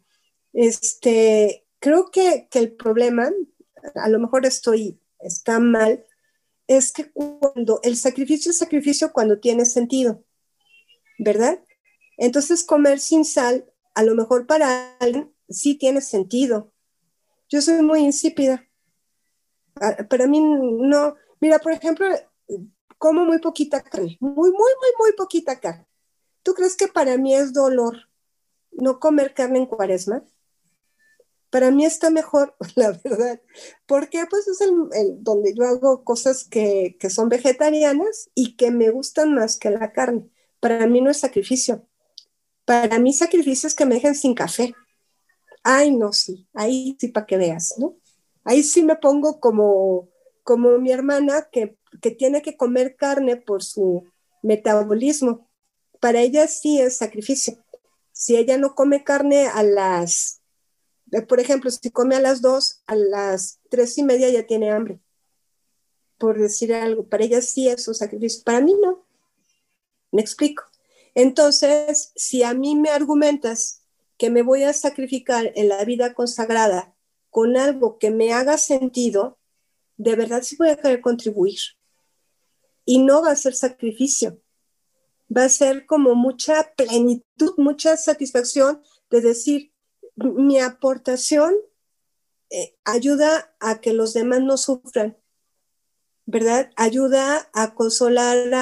creo que el problema, a lo mejor está mal, es que cuando el sacrificio es sacrificio cuando tiene sentido, ¿verdad? Entonces comer sin sal, a lo mejor para alguien sí tiene sentido. Yo soy muy insípida. Para mí no. Mira, por ejemplo, como muy poquita carne, muy poquita carne. ¿Tú crees que para mí es dolor no comer carne en Cuaresma? Para mí está mejor, la verdad, porque pues es donde yo hago cosas que son vegetarianas y que me gustan más que la carne. Para mí no es sacrificio. Para mí sacrificio es que me dejen sin café. Ay, no, sí, ahí sí para que veas, ¿no? Ahí sí me pongo como mi hermana que tiene que comer carne por su metabolismo. Para ella sí es sacrificio. Si ella no come carne por ejemplo, si come a las 2, a las 3:30 ya tiene hambre, por decir algo. Para ella sí es un sacrificio, para mí no. ¿Me explico? Entonces, si a mí me argumentas que me voy a sacrificar en la vida consagrada con algo que me haga sentido, de verdad sí voy a querer contribuir. Y no va a ser sacrificio. Va a ser como mucha plenitud, mucha satisfacción de decir, mi aportación ayuda a que los demás no sufran, ¿verdad? Ayuda a consolar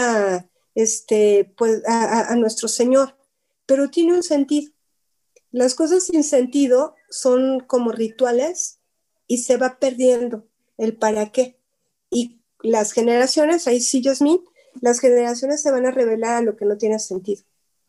a nuestro Señor, pero tiene un sentido. Las cosas sin sentido son como rituales y se va perdiendo el para qué. Y las generaciones, ahí sí, Yasmín, las generaciones se van a revelar a lo que no tiene sentido.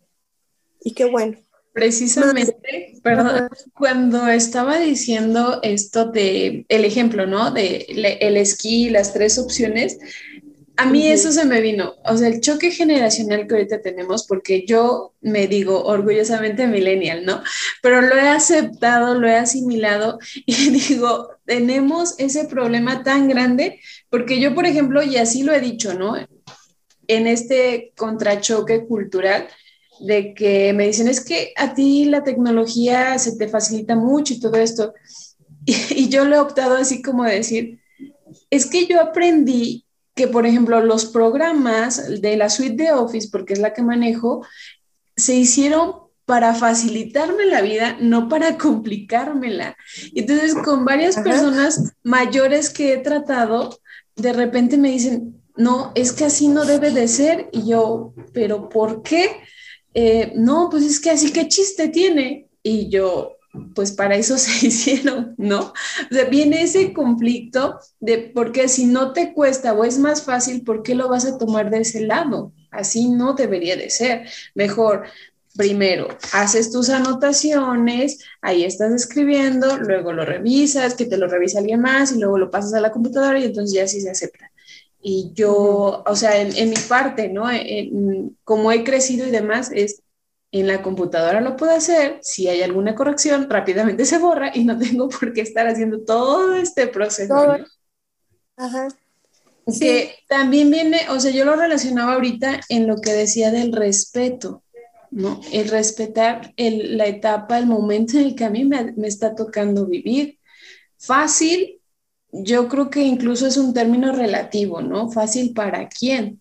Y qué bueno. Precisamente, perdón, cuando estaba diciendo esto de el ejemplo, ¿no? De el esquí, las 3 opciones, a mí eso se me vino, o sea, el choque generacional que ahorita tenemos, porque yo me digo orgullosamente millennial, ¿no? Pero lo he aceptado, lo he asimilado y digo, tenemos ese problema tan grande, porque yo, por ejemplo, y así lo he dicho, ¿no? En este contrachoque cultural, de que me dicen, es que a ti la tecnología se te facilita mucho y todo esto. Y yo lo he optado así como decir, es que yo aprendí que, por ejemplo, los programas de la suite de Office, porque es la que manejo, se hicieron para facilitarme la vida, no para complicármela. Entonces, con varias personas mayores que he tratado, de repente me dicen, no, es que así no debe de ser. Y yo, ¿pero por qué? No, pues es que así qué chiste tiene. Y yo, pues para eso se hicieron, ¿no? O sea, viene ese conflicto de porque si no te cuesta o es más fácil, ¿por qué lo vas a tomar de ese lado? Así no debería de ser. Mejor, primero, haces tus anotaciones, ahí estás escribiendo, luego lo revisas, que te lo revisa alguien más y luego lo pasas a la computadora y entonces ya sí se acepta. Y yo, o sea, en mi parte, ¿no? Como he crecido y demás, es en la computadora lo puedo hacer, si hay alguna corrección, rápidamente se borra y no tengo por qué estar haciendo todo este proceso, ¿no? Ajá. Sí. Que también viene, o sea, yo lo relacionaba ahorita en lo que decía del respeto, ¿no? El respetar la etapa, el momento en el que a mí me está tocando vivir. Fácil, yo creo que incluso es un término relativo, ¿no? Fácil para quién,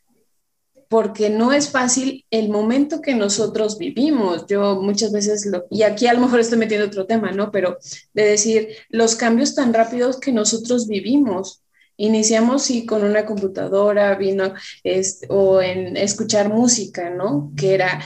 porque no es fácil el momento que nosotros vivimos. Yo muchas veces, y aquí a lo mejor estoy metiendo otro tema, ¿no? Pero de decir, los cambios tan rápidos que nosotros vivimos. Iniciamos sí con una computadora, vino o en escuchar música, ¿no? Que era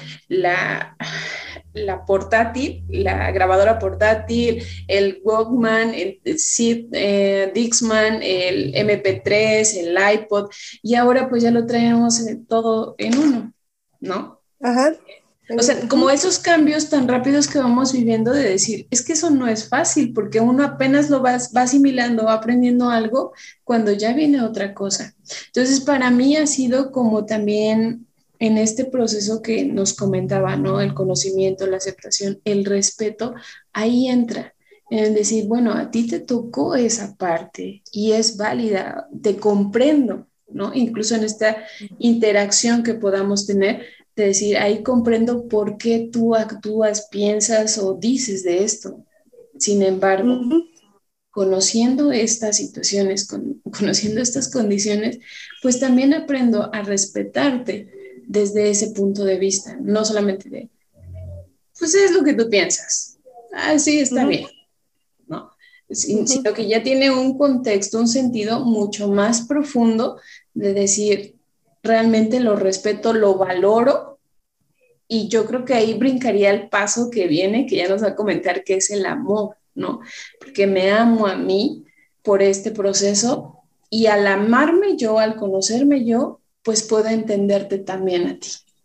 la portátil, la grabadora portátil, el Walkman, el Dixman, el MP3, el iPod, y ahora pues ya lo traemos todo en uno, ¿no? Ajá. O sea, como esos cambios tan rápidos que vamos viviendo de decir, es que eso no es fácil, porque uno apenas lo va asimilando, va aprendiendo algo cuando ya viene otra cosa. Entonces, para mí ha sido como también en este proceso que nos comentaba, ¿no? El conocimiento, la aceptación, el respeto, ahí entra en decir, bueno, a ti te tocó esa parte y es válida, te comprendo, ¿no? Incluso en esta interacción que podamos tener, de decir, ahí comprendo por qué tú actúas, piensas o dices de esto. Sin embargo, Ujú. conociendo estas situaciones, conociendo estas condiciones, pues también aprendo a respetarte desde ese punto de vista, no solamente de, pues es lo que tú piensas, ah, sí, está Ujú. bien, ¿no? Ujú. Sino que ya tiene un contexto, un sentido mucho más profundo de decir, realmente lo respeto, lo valoro, y yo creo que ahí brincaría el paso que viene, que ya nos va a comentar, que es el amor, ¿no? Porque me amo a mí por este proceso y al amarme yo, al conocerme yo, pues puedo entenderte también a ti.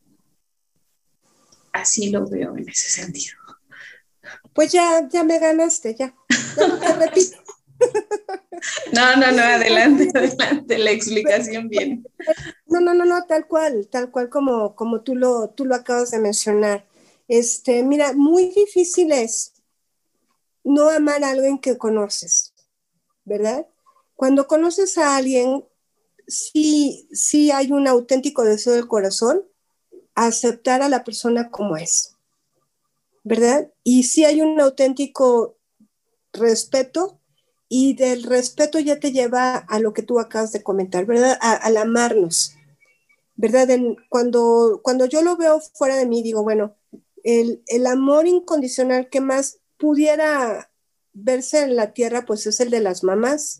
Así lo veo en ese sentido. Pues ya me ganaste, ya no te repito. No, no, no, adelante, adelante, la explicación viene. No, tal cual como tú lo acabas de mencionar. Mira, muy difícil es no amar a alguien que conoces, ¿verdad? Cuando conoces a alguien, sí hay un auténtico deseo del corazón a aceptar a la persona como es, ¿verdad? Y sí hay un auténtico respeto y del respeto ya te lleva a lo que tú acabas de comentar, ¿verdad? Al amarnos, ¿verdad? Cuando yo lo veo fuera de mí, digo, bueno, el amor incondicional que más pudiera verse en la tierra, pues es el de las mamás.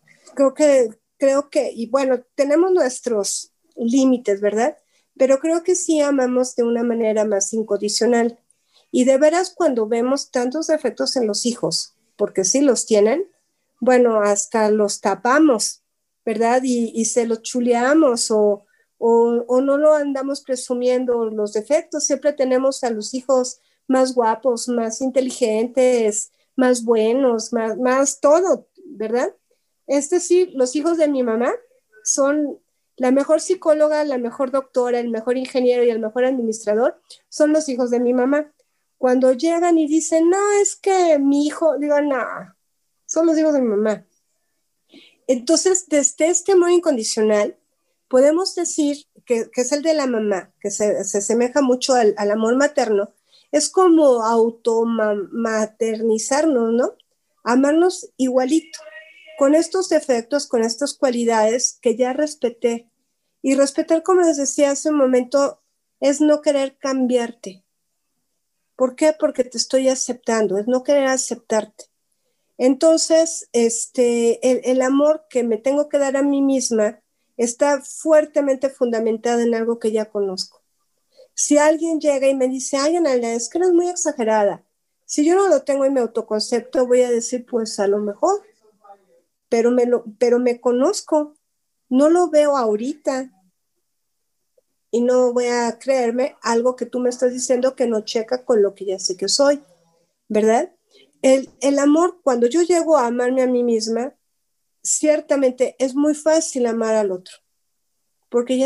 Y bueno, tenemos nuestros límites, ¿verdad? Pero creo que sí amamos de una manera más incondicional. Y de veras, cuando vemos tantos defectos en los hijos, porque sí los tienen, bueno, hasta los tapamos, ¿verdad? Y se los chuleamos o no lo andamos presumiendo los defectos. Siempre tenemos a los hijos más guapos, más inteligentes, más buenos, más todo, ¿verdad? Es decir, los hijos de mi mamá son la mejor psicóloga, la mejor doctora, el mejor ingeniero y el mejor administrador, son los hijos de mi mamá. Cuando llegan y dicen, no, es que mi hijo, digo, no, son los hijos de mi mamá. Entonces, desde este amor incondicional, podemos decir que es el de la mamá, que se asemeja mucho al amor materno, es como automaternizarnos, ¿no? Amarnos igualito, con estos defectos, con estas cualidades que ya respeté. Y respetar, como les decía hace un momento, es no querer cambiarte. ¿Por qué? Porque te estoy aceptando, es no querer aceptarte. Entonces, el amor que me tengo que dar a mí misma está fuertemente fundamentado en algo que ya conozco. Si alguien llega y me dice, ay, Analia, es que eres muy exagerada. Si yo no lo tengo en mi autoconcepto, voy a decir, pues a lo mejor, pero me conozco, no lo veo ahorita y no voy a creerme algo que tú me estás diciendo que no checa con lo que ya sé que soy, ¿verdad? El amor, cuando yo llego a amarme a mí misma, ciertamente es muy fácil amar al otro, porque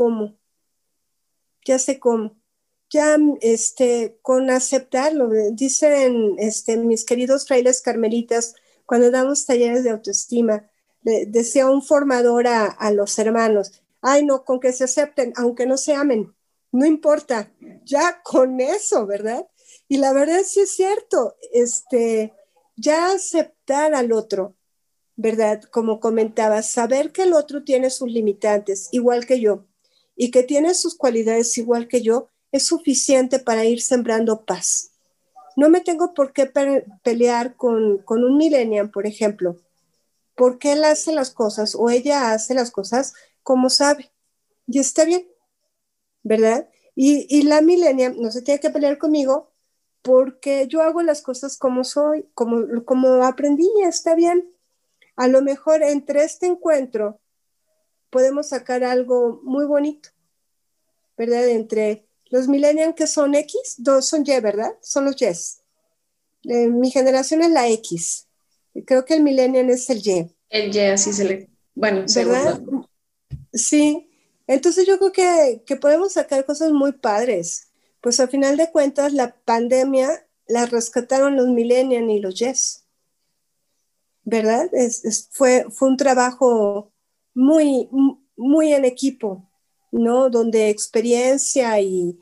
ya sé cómo, ya con aceptarlo, dicen mis queridos frailes carmelitas, cuando damos talleres de autoestima, decía un formador a los hermanos, ay no, con que se acepten, aunque no se amen, no importa, ya con eso, ¿verdad? Y la verdad sí es cierto, ya aceptar al otro, ¿verdad? Como comentaba, saber que el otro tiene sus limitantes, igual que yo, y que tiene sus cualidades igual que yo, es suficiente para ir sembrando paz. No me tengo por qué pelear con un millennial, por ejemplo, porque él hace las cosas o ella hace las cosas como sabe. Y está bien, ¿verdad? Y la millennial no se tiene que pelear conmigo porque yo hago las cosas como soy, como aprendí, está bien. A lo mejor entre este encuentro podemos sacar algo muy bonito, ¿verdad? Entre los millennials que son X, dos son Y, ¿verdad? Son los Y. Mi generación es la X. Creo que el millennial es el Y, El ya así se le, bueno, ¿verdad? segundo. Sí. Entonces yo creo que podemos sacar cosas muy padres. Pues al final de cuentas la pandemia la rescataron los millennials y los yes, ¿verdad? Fue un trabajo muy, muy en equipo, ¿no? Donde experiencia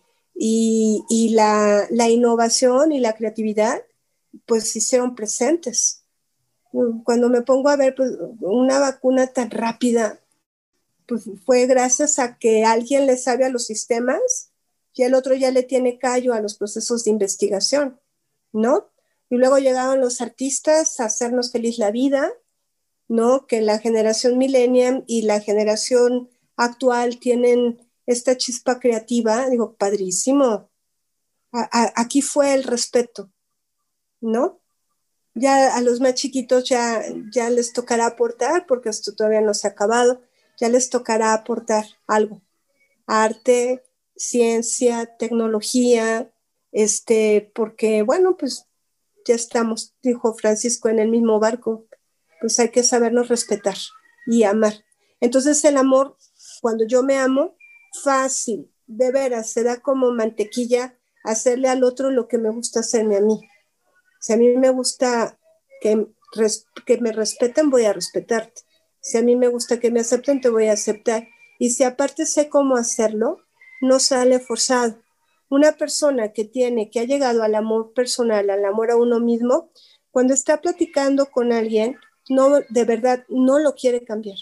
y la innovación y la creatividad pues se hicieron presentes. Cuando me pongo a ver pues, una vacuna tan rápida, pues fue gracias a que alguien le sabe a los sistemas y el otro ya le tiene callo a los procesos de investigación, ¿no? Y luego llegaron los artistas a hacernos feliz la vida, ¿no? Que la generación millennial y la generación actual tienen esta chispa creativa, digo, padrísimo. Aquí fue el respeto, ¿no? Ya a los más chiquitos ya les tocará aportar, porque esto todavía no se ha acabado, ya les tocará aportar algo, arte, ciencia, tecnología, porque bueno, pues ya estamos, dijo Francisco, en el mismo barco, pues hay que sabernos respetar y amar. Entonces el amor, cuando yo me amo, fácil, de veras, se da como mantequilla hacerle al otro lo que me gusta hacerme a mí. Si a mí me gusta que me respeten, voy a respetarte. Si a mí me gusta que me acepten, te voy a aceptar. Y si aparte sé cómo hacerlo, no sale forzado. Una persona que ha llegado al amor personal, al amor a uno mismo, cuando está platicando con alguien, no, de verdad, no lo quiere cambiar.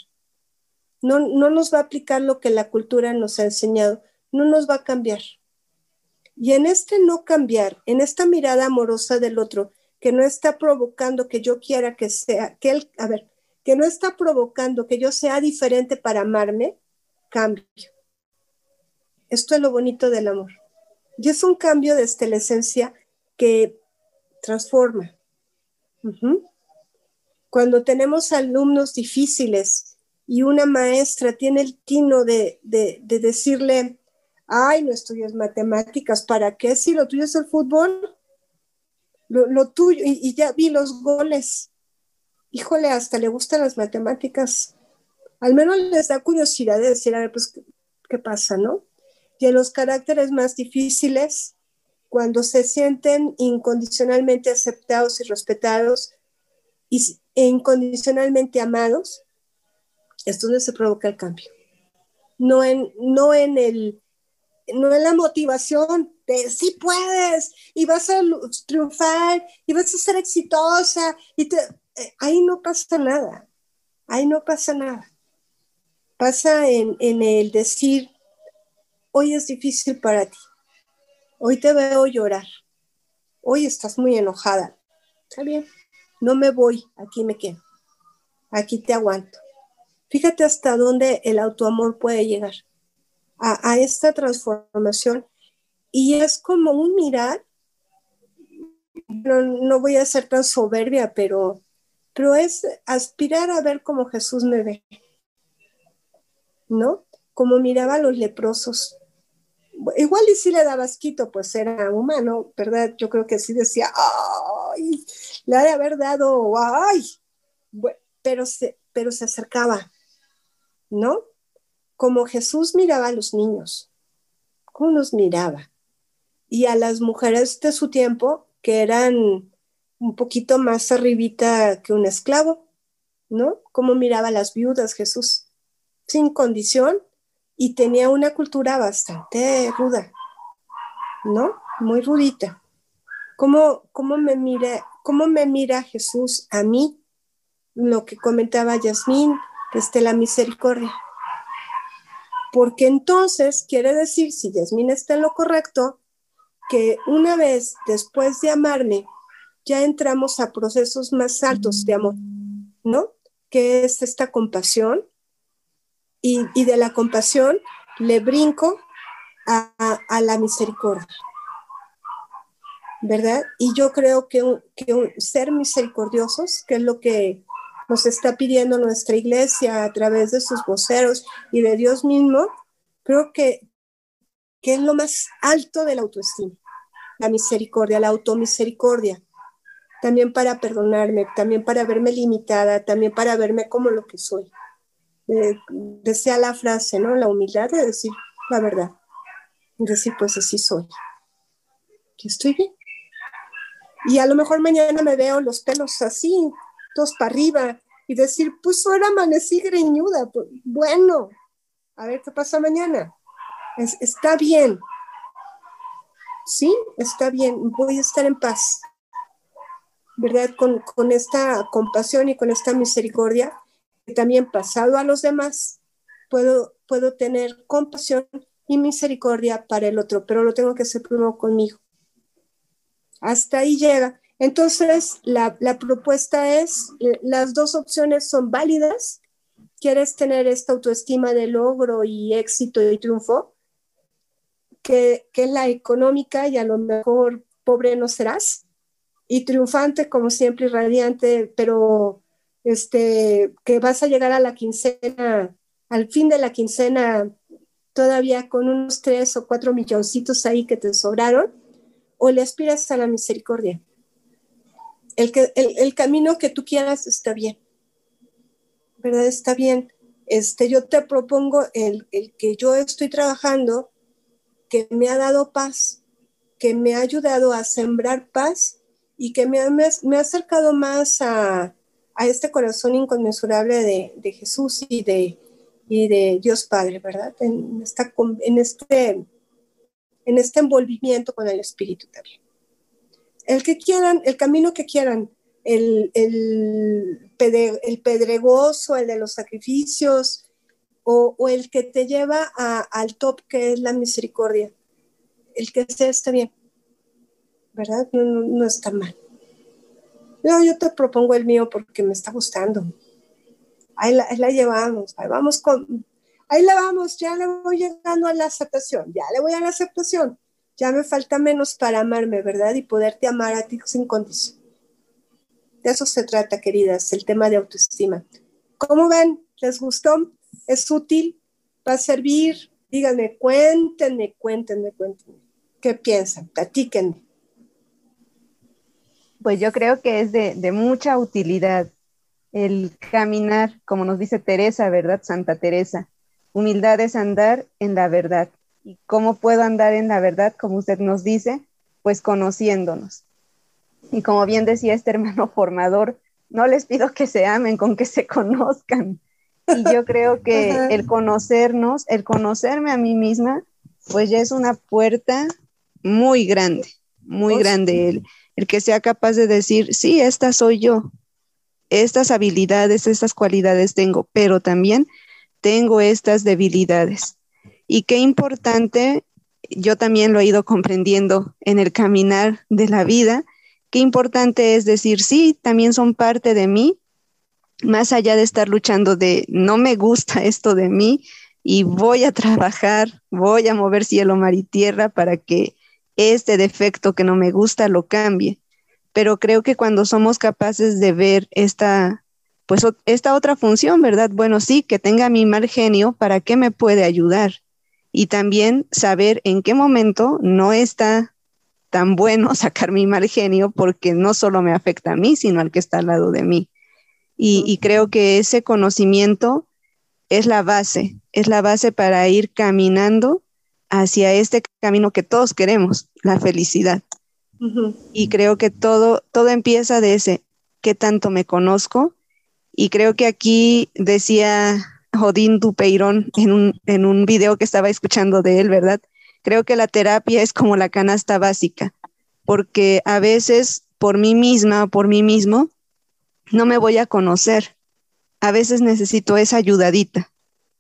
No nos va a aplicar lo que la cultura nos ha enseñado. No nos va a cambiar. Y en este no cambiar, en esta mirada amorosa del otro, que no está provocando que yo quiera que sea, que no está provocando que yo sea diferente para amarme, cambio. Esto es lo bonito del amor. Y es un cambio desde la esencia que transforma. Cuando tenemos alumnos difíciles y una maestra tiene el tino de decirle, ay, no estudias matemáticas, ¿para qué? Si lo tuyo es el fútbol, lo tuyo, y ya vi los goles. Híjole, hasta le gustan las matemáticas. Al menos les da curiosidad de decir, a ver, pues, ¿qué pasa, no? Y en los caracteres más difíciles, cuando se sienten incondicionalmente aceptados y respetados e incondicionalmente amados, es donde se provoca el cambio. No en la motivación de sí puedes y vas a triunfar y vas a ser exitosa ahí no pasa nada, ahí no pasa nada. Pasa en el decir, hoy es difícil para ti, hoy te veo llorar, hoy estás muy enojada, está bien, no me voy, aquí me quedo, aquí te aguanto. Fíjate hasta dónde el autoamor puede llegar a esta transformación. Y es como un mirar, no voy a ser tan soberbia, pero es aspirar a ver cómo Jesús me ve, ¿no? Como miraba a los leprosos. Igual y si le daba asquito, pues era humano, ¿verdad? Yo creo que sí decía, ¡ay! Le ha de haber dado, ¡ay! Pero se acercaba, ¿no? Como Jesús miraba a los niños, ¿cómo los miraba? Y a las mujeres de su tiempo, que eran un poquito más arribita que un esclavo, ¿no? Cómo miraba a las viudas Jesús, sin condición, y tenía una cultura bastante ruda, ¿no? Muy rudita. ¿Cómo me mira Jesús a mí? Lo que comentaba Yasmín, la misericordia. Porque entonces quiere decir, si Yasmín está en lo correcto, que una vez después de amarme, ya entramos a procesos más altos de amor, ¿no? Que es esta compasión, y de la compasión le brinco a la misericordia, ¿verdad? Y yo creo que ser misericordiosos, que es lo que nos está pidiendo nuestra iglesia a través de sus voceros y de Dios mismo, creo que es lo más alto de la autoestima, la misericordia, la automisericordia, también para perdonarme, también para verme limitada, también para verme como lo que soy, decía la frase, ¿no? La humildad de decir la verdad. Decir, pues así soy. Que estoy bien. Y a lo mejor mañana me veo los pelos así, todos para arriba, y decir, pues ahora amanecí greñuda. Pues, bueno, a ver qué pasa mañana. Está bien. Sí, está bien. Voy a estar en paz. ¿Verdad? Con esta compasión y con esta misericordia, que también pasado a los demás, puedo tener compasión y misericordia para el otro, pero lo tengo que hacer primero conmigo. Hasta ahí llega. Entonces, la propuesta es, las dos opciones son válidas. ¿Quieres tener esta autoestima de logro y éxito y triunfo? Que es la económica, y a lo mejor pobre no serás, y triunfante como siempre y radiante, pero que vas a llegar a la quincena, al fin de la quincena, todavía con unos 3 o 4 milloncitos ahí que te sobraron, o le aspiras a la misericordia. El camino que tú quieras está bien, ¿verdad? Está bien. Yo te propongo el que yo estoy trabajando, que me ha dado paz, que me ha ayudado a sembrar paz y que me ha acercado más a este corazón inconmensurable de Jesús y de Dios Padre, ¿verdad? En este envolvimiento con el Espíritu también. El que quieran, el camino que quieran, el pedregoso, el de los sacrificios, o el que te lleva al top, que es la misericordia. El que sea está bien, ¿verdad? No está mal. Yo te propongo el mío porque me está gustando. Ahí la llevamos, ahí la vamos, ya le voy llegando a la aceptación, ya me falta menos para amarme, ¿verdad? Y poderte amar a ti sin condición. De eso se trata, queridas, el tema de autoestima. ¿Cómo ven? ¿Les gustó? ¿Es útil? ¿Va a servir? Díganme, cuéntenme. ¿Qué piensan? Platíquenme. Pues yo creo que es de mucha utilidad el caminar, como nos dice Teresa, ¿verdad? Santa Teresa. Humildad es andar en la verdad. ¿Y cómo puedo andar en la verdad? Como usted nos dice, pues conociéndonos. Y como bien decía este hermano formador, no les pido que se amen, con que se conozcan. Y yo creo que el conocernos, el conocerme a mí misma, pues ya es una puerta muy grande, muy grande. El que sea capaz de decir, sí, esta soy yo, estas habilidades, estas cualidades tengo, pero también tengo estas debilidades. Y qué importante, yo también lo he ido comprendiendo en el caminar de la vida, qué importante es decir, sí, también son parte de mí, más allá de estar luchando de no me gusta esto de mí y voy a trabajar, voy a mover cielo, mar y tierra para que este defecto que no me gusta lo cambie. Pero creo que cuando somos capaces de ver esta otra función, ¿verdad? Bueno, sí, que tenga mi mal genio, ¿para qué me puede ayudar? Y también saber en qué momento no está tan bueno sacar mi mal genio, porque no solo me afecta a mí, sino al que está al lado de mí. Y creo que ese conocimiento es la base para ir caminando hacia este camino que todos queremos, la felicidad. Y creo que todo empieza de ese, ¿qué tanto me conozco? Y creo que aquí decía Odín Dupeirón en un video que estaba escuchando de él, ¿verdad? Creo que la terapia es como la canasta básica, porque a veces por mí misma o por mí mismo no me voy a conocer. A veces necesito esa ayudadita.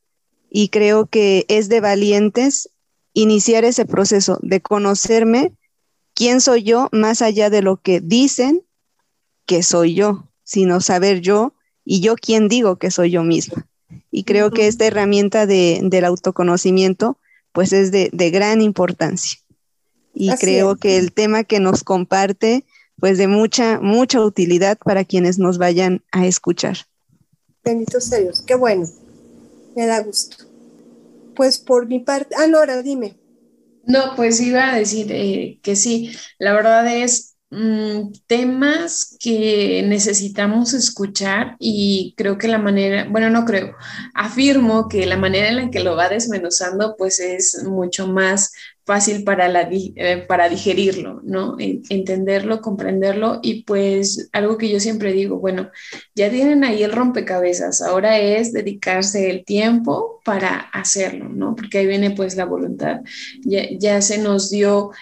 Y creo que es de valientes iniciar ese proceso de conocerme quién soy yo, más allá de lo que dicen que soy yo, sino saber yo y yo quién digo que soy yo misma. Y creo que esta herramienta del autoconocimiento pues es de gran importancia. Y Así creo es. que el tema que nos comparte pues de mucha utilidad para quienes nos vayan a escuchar. Bendito sea Dios, qué bueno, me da gusto. Pues por mi parte, Nora, dime. No, pues iba a decir que sí, la verdad es temas que necesitamos escuchar y creo que la manera, bueno, no creo, afirmo que la manera en la que lo va desmenuzando pues es mucho más fácil para, para digerirlo, ¿no? Entenderlo, comprenderlo y pues algo que yo siempre digo, bueno, ya tienen ahí el rompecabezas, ahora es dedicarse el tiempo para hacerlo, ¿no? Porque ahí viene pues la voluntad, ya se nos dio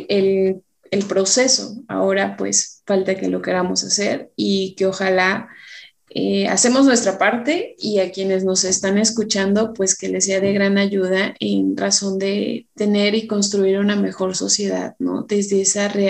el proceso. Ahora pues falta que lo queramos hacer y que ojalá hacemos nuestra parte y a quienes nos están escuchando pues que les sea de gran ayuda en razón de tener y construir una mejor sociedad, ¿no? Desde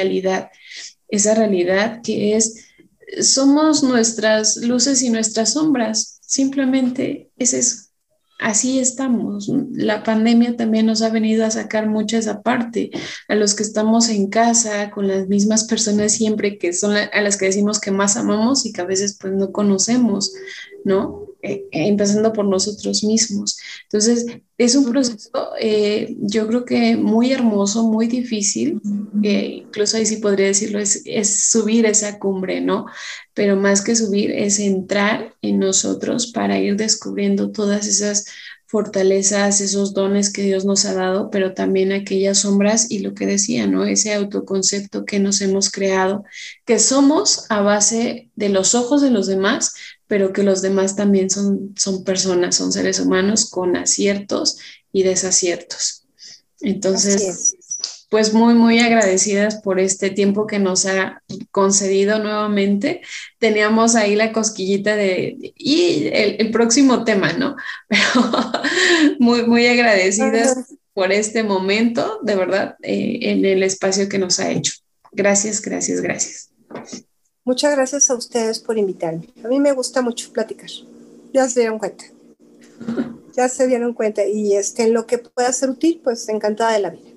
esa realidad que es, somos nuestras luces y nuestras sombras, simplemente es eso. Así estamos. La pandemia también nos ha venido a sacar mucha esa parte. A los que estamos en casa con las mismas personas siempre, que son a las que decimos que más amamos y que a veces pues no conocemos, ¿no? Empezando por nosotros mismos. Entonces, es un proceso, yo creo que muy hermoso, muy difícil. Incluso ahí sí podría decirlo, es subir esa cumbre, ¿no? Pero más que subir es entrar en nosotros para ir descubriendo todas esas fortalezas, esos dones que Dios nos ha dado, pero también aquellas sombras y lo que decía, ¿no? Ese autoconcepto que nos hemos creado, que somos a base de los ojos de los demás, pero que los demás también son personas, son seres humanos con aciertos y desaciertos. Entonces, pues muy, muy agradecidas por este tiempo que nos ha concedido nuevamente. Teníamos ahí la cosquillita y el próximo tema, ¿no? Pero muy, muy agradecidas por este momento, de verdad, en el espacio que nos ha hecho. Gracias, gracias, gracias. Muchas gracias a ustedes por invitarme. A mí me gusta mucho platicar. Ya se dieron cuenta. Ya se dieron cuenta. Y en lo que pueda ser útil, pues encantada de la vida.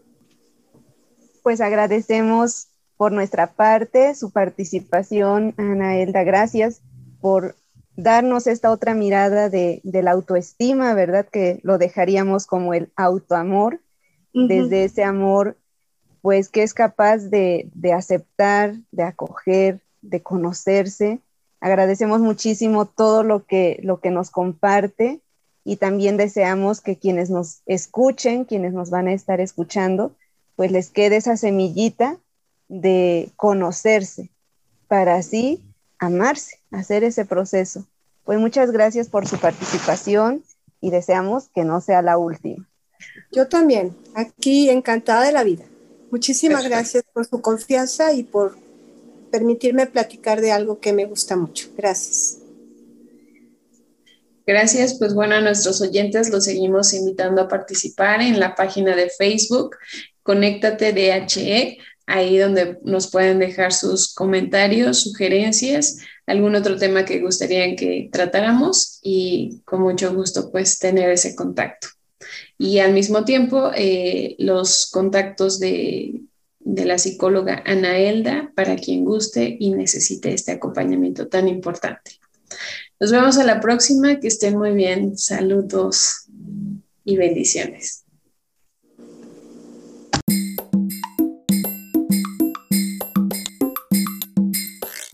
Pues agradecemos por nuestra parte su participación, Ana Elda. Gracias por darnos esta otra mirada de la autoestima, ¿verdad? Que lo dejaríamos como el autoamor, desde ese amor, pues que es capaz de aceptar, de acoger, de conocerse. Agradecemos muchísimo todo lo que nos comparte y también deseamos que quienes nos escuchen, quienes nos van a estar escuchando, pues les quede esa semillita de conocerse para así amarse, hacer ese proceso. Pues muchas gracias por su participación y deseamos que no sea la última. Yo también, aquí encantada de la vida. Muchísimas gracias por su confianza y por permitirme platicar de algo que me gusta mucho. Gracias. Gracias, pues bueno, a nuestros oyentes los seguimos invitando a participar en la página de Facebook, Conéctate DHE, ahí donde nos pueden dejar sus comentarios, sugerencias, algún otro tema que gustarían que tratáramos y con mucho gusto pues tener ese contacto. Y al mismo tiempo los contactos de la psicóloga Ana Elda para quien guste y necesite este acompañamiento tan importante. Nos vemos a la próxima, que estén muy bien, saludos y bendiciones.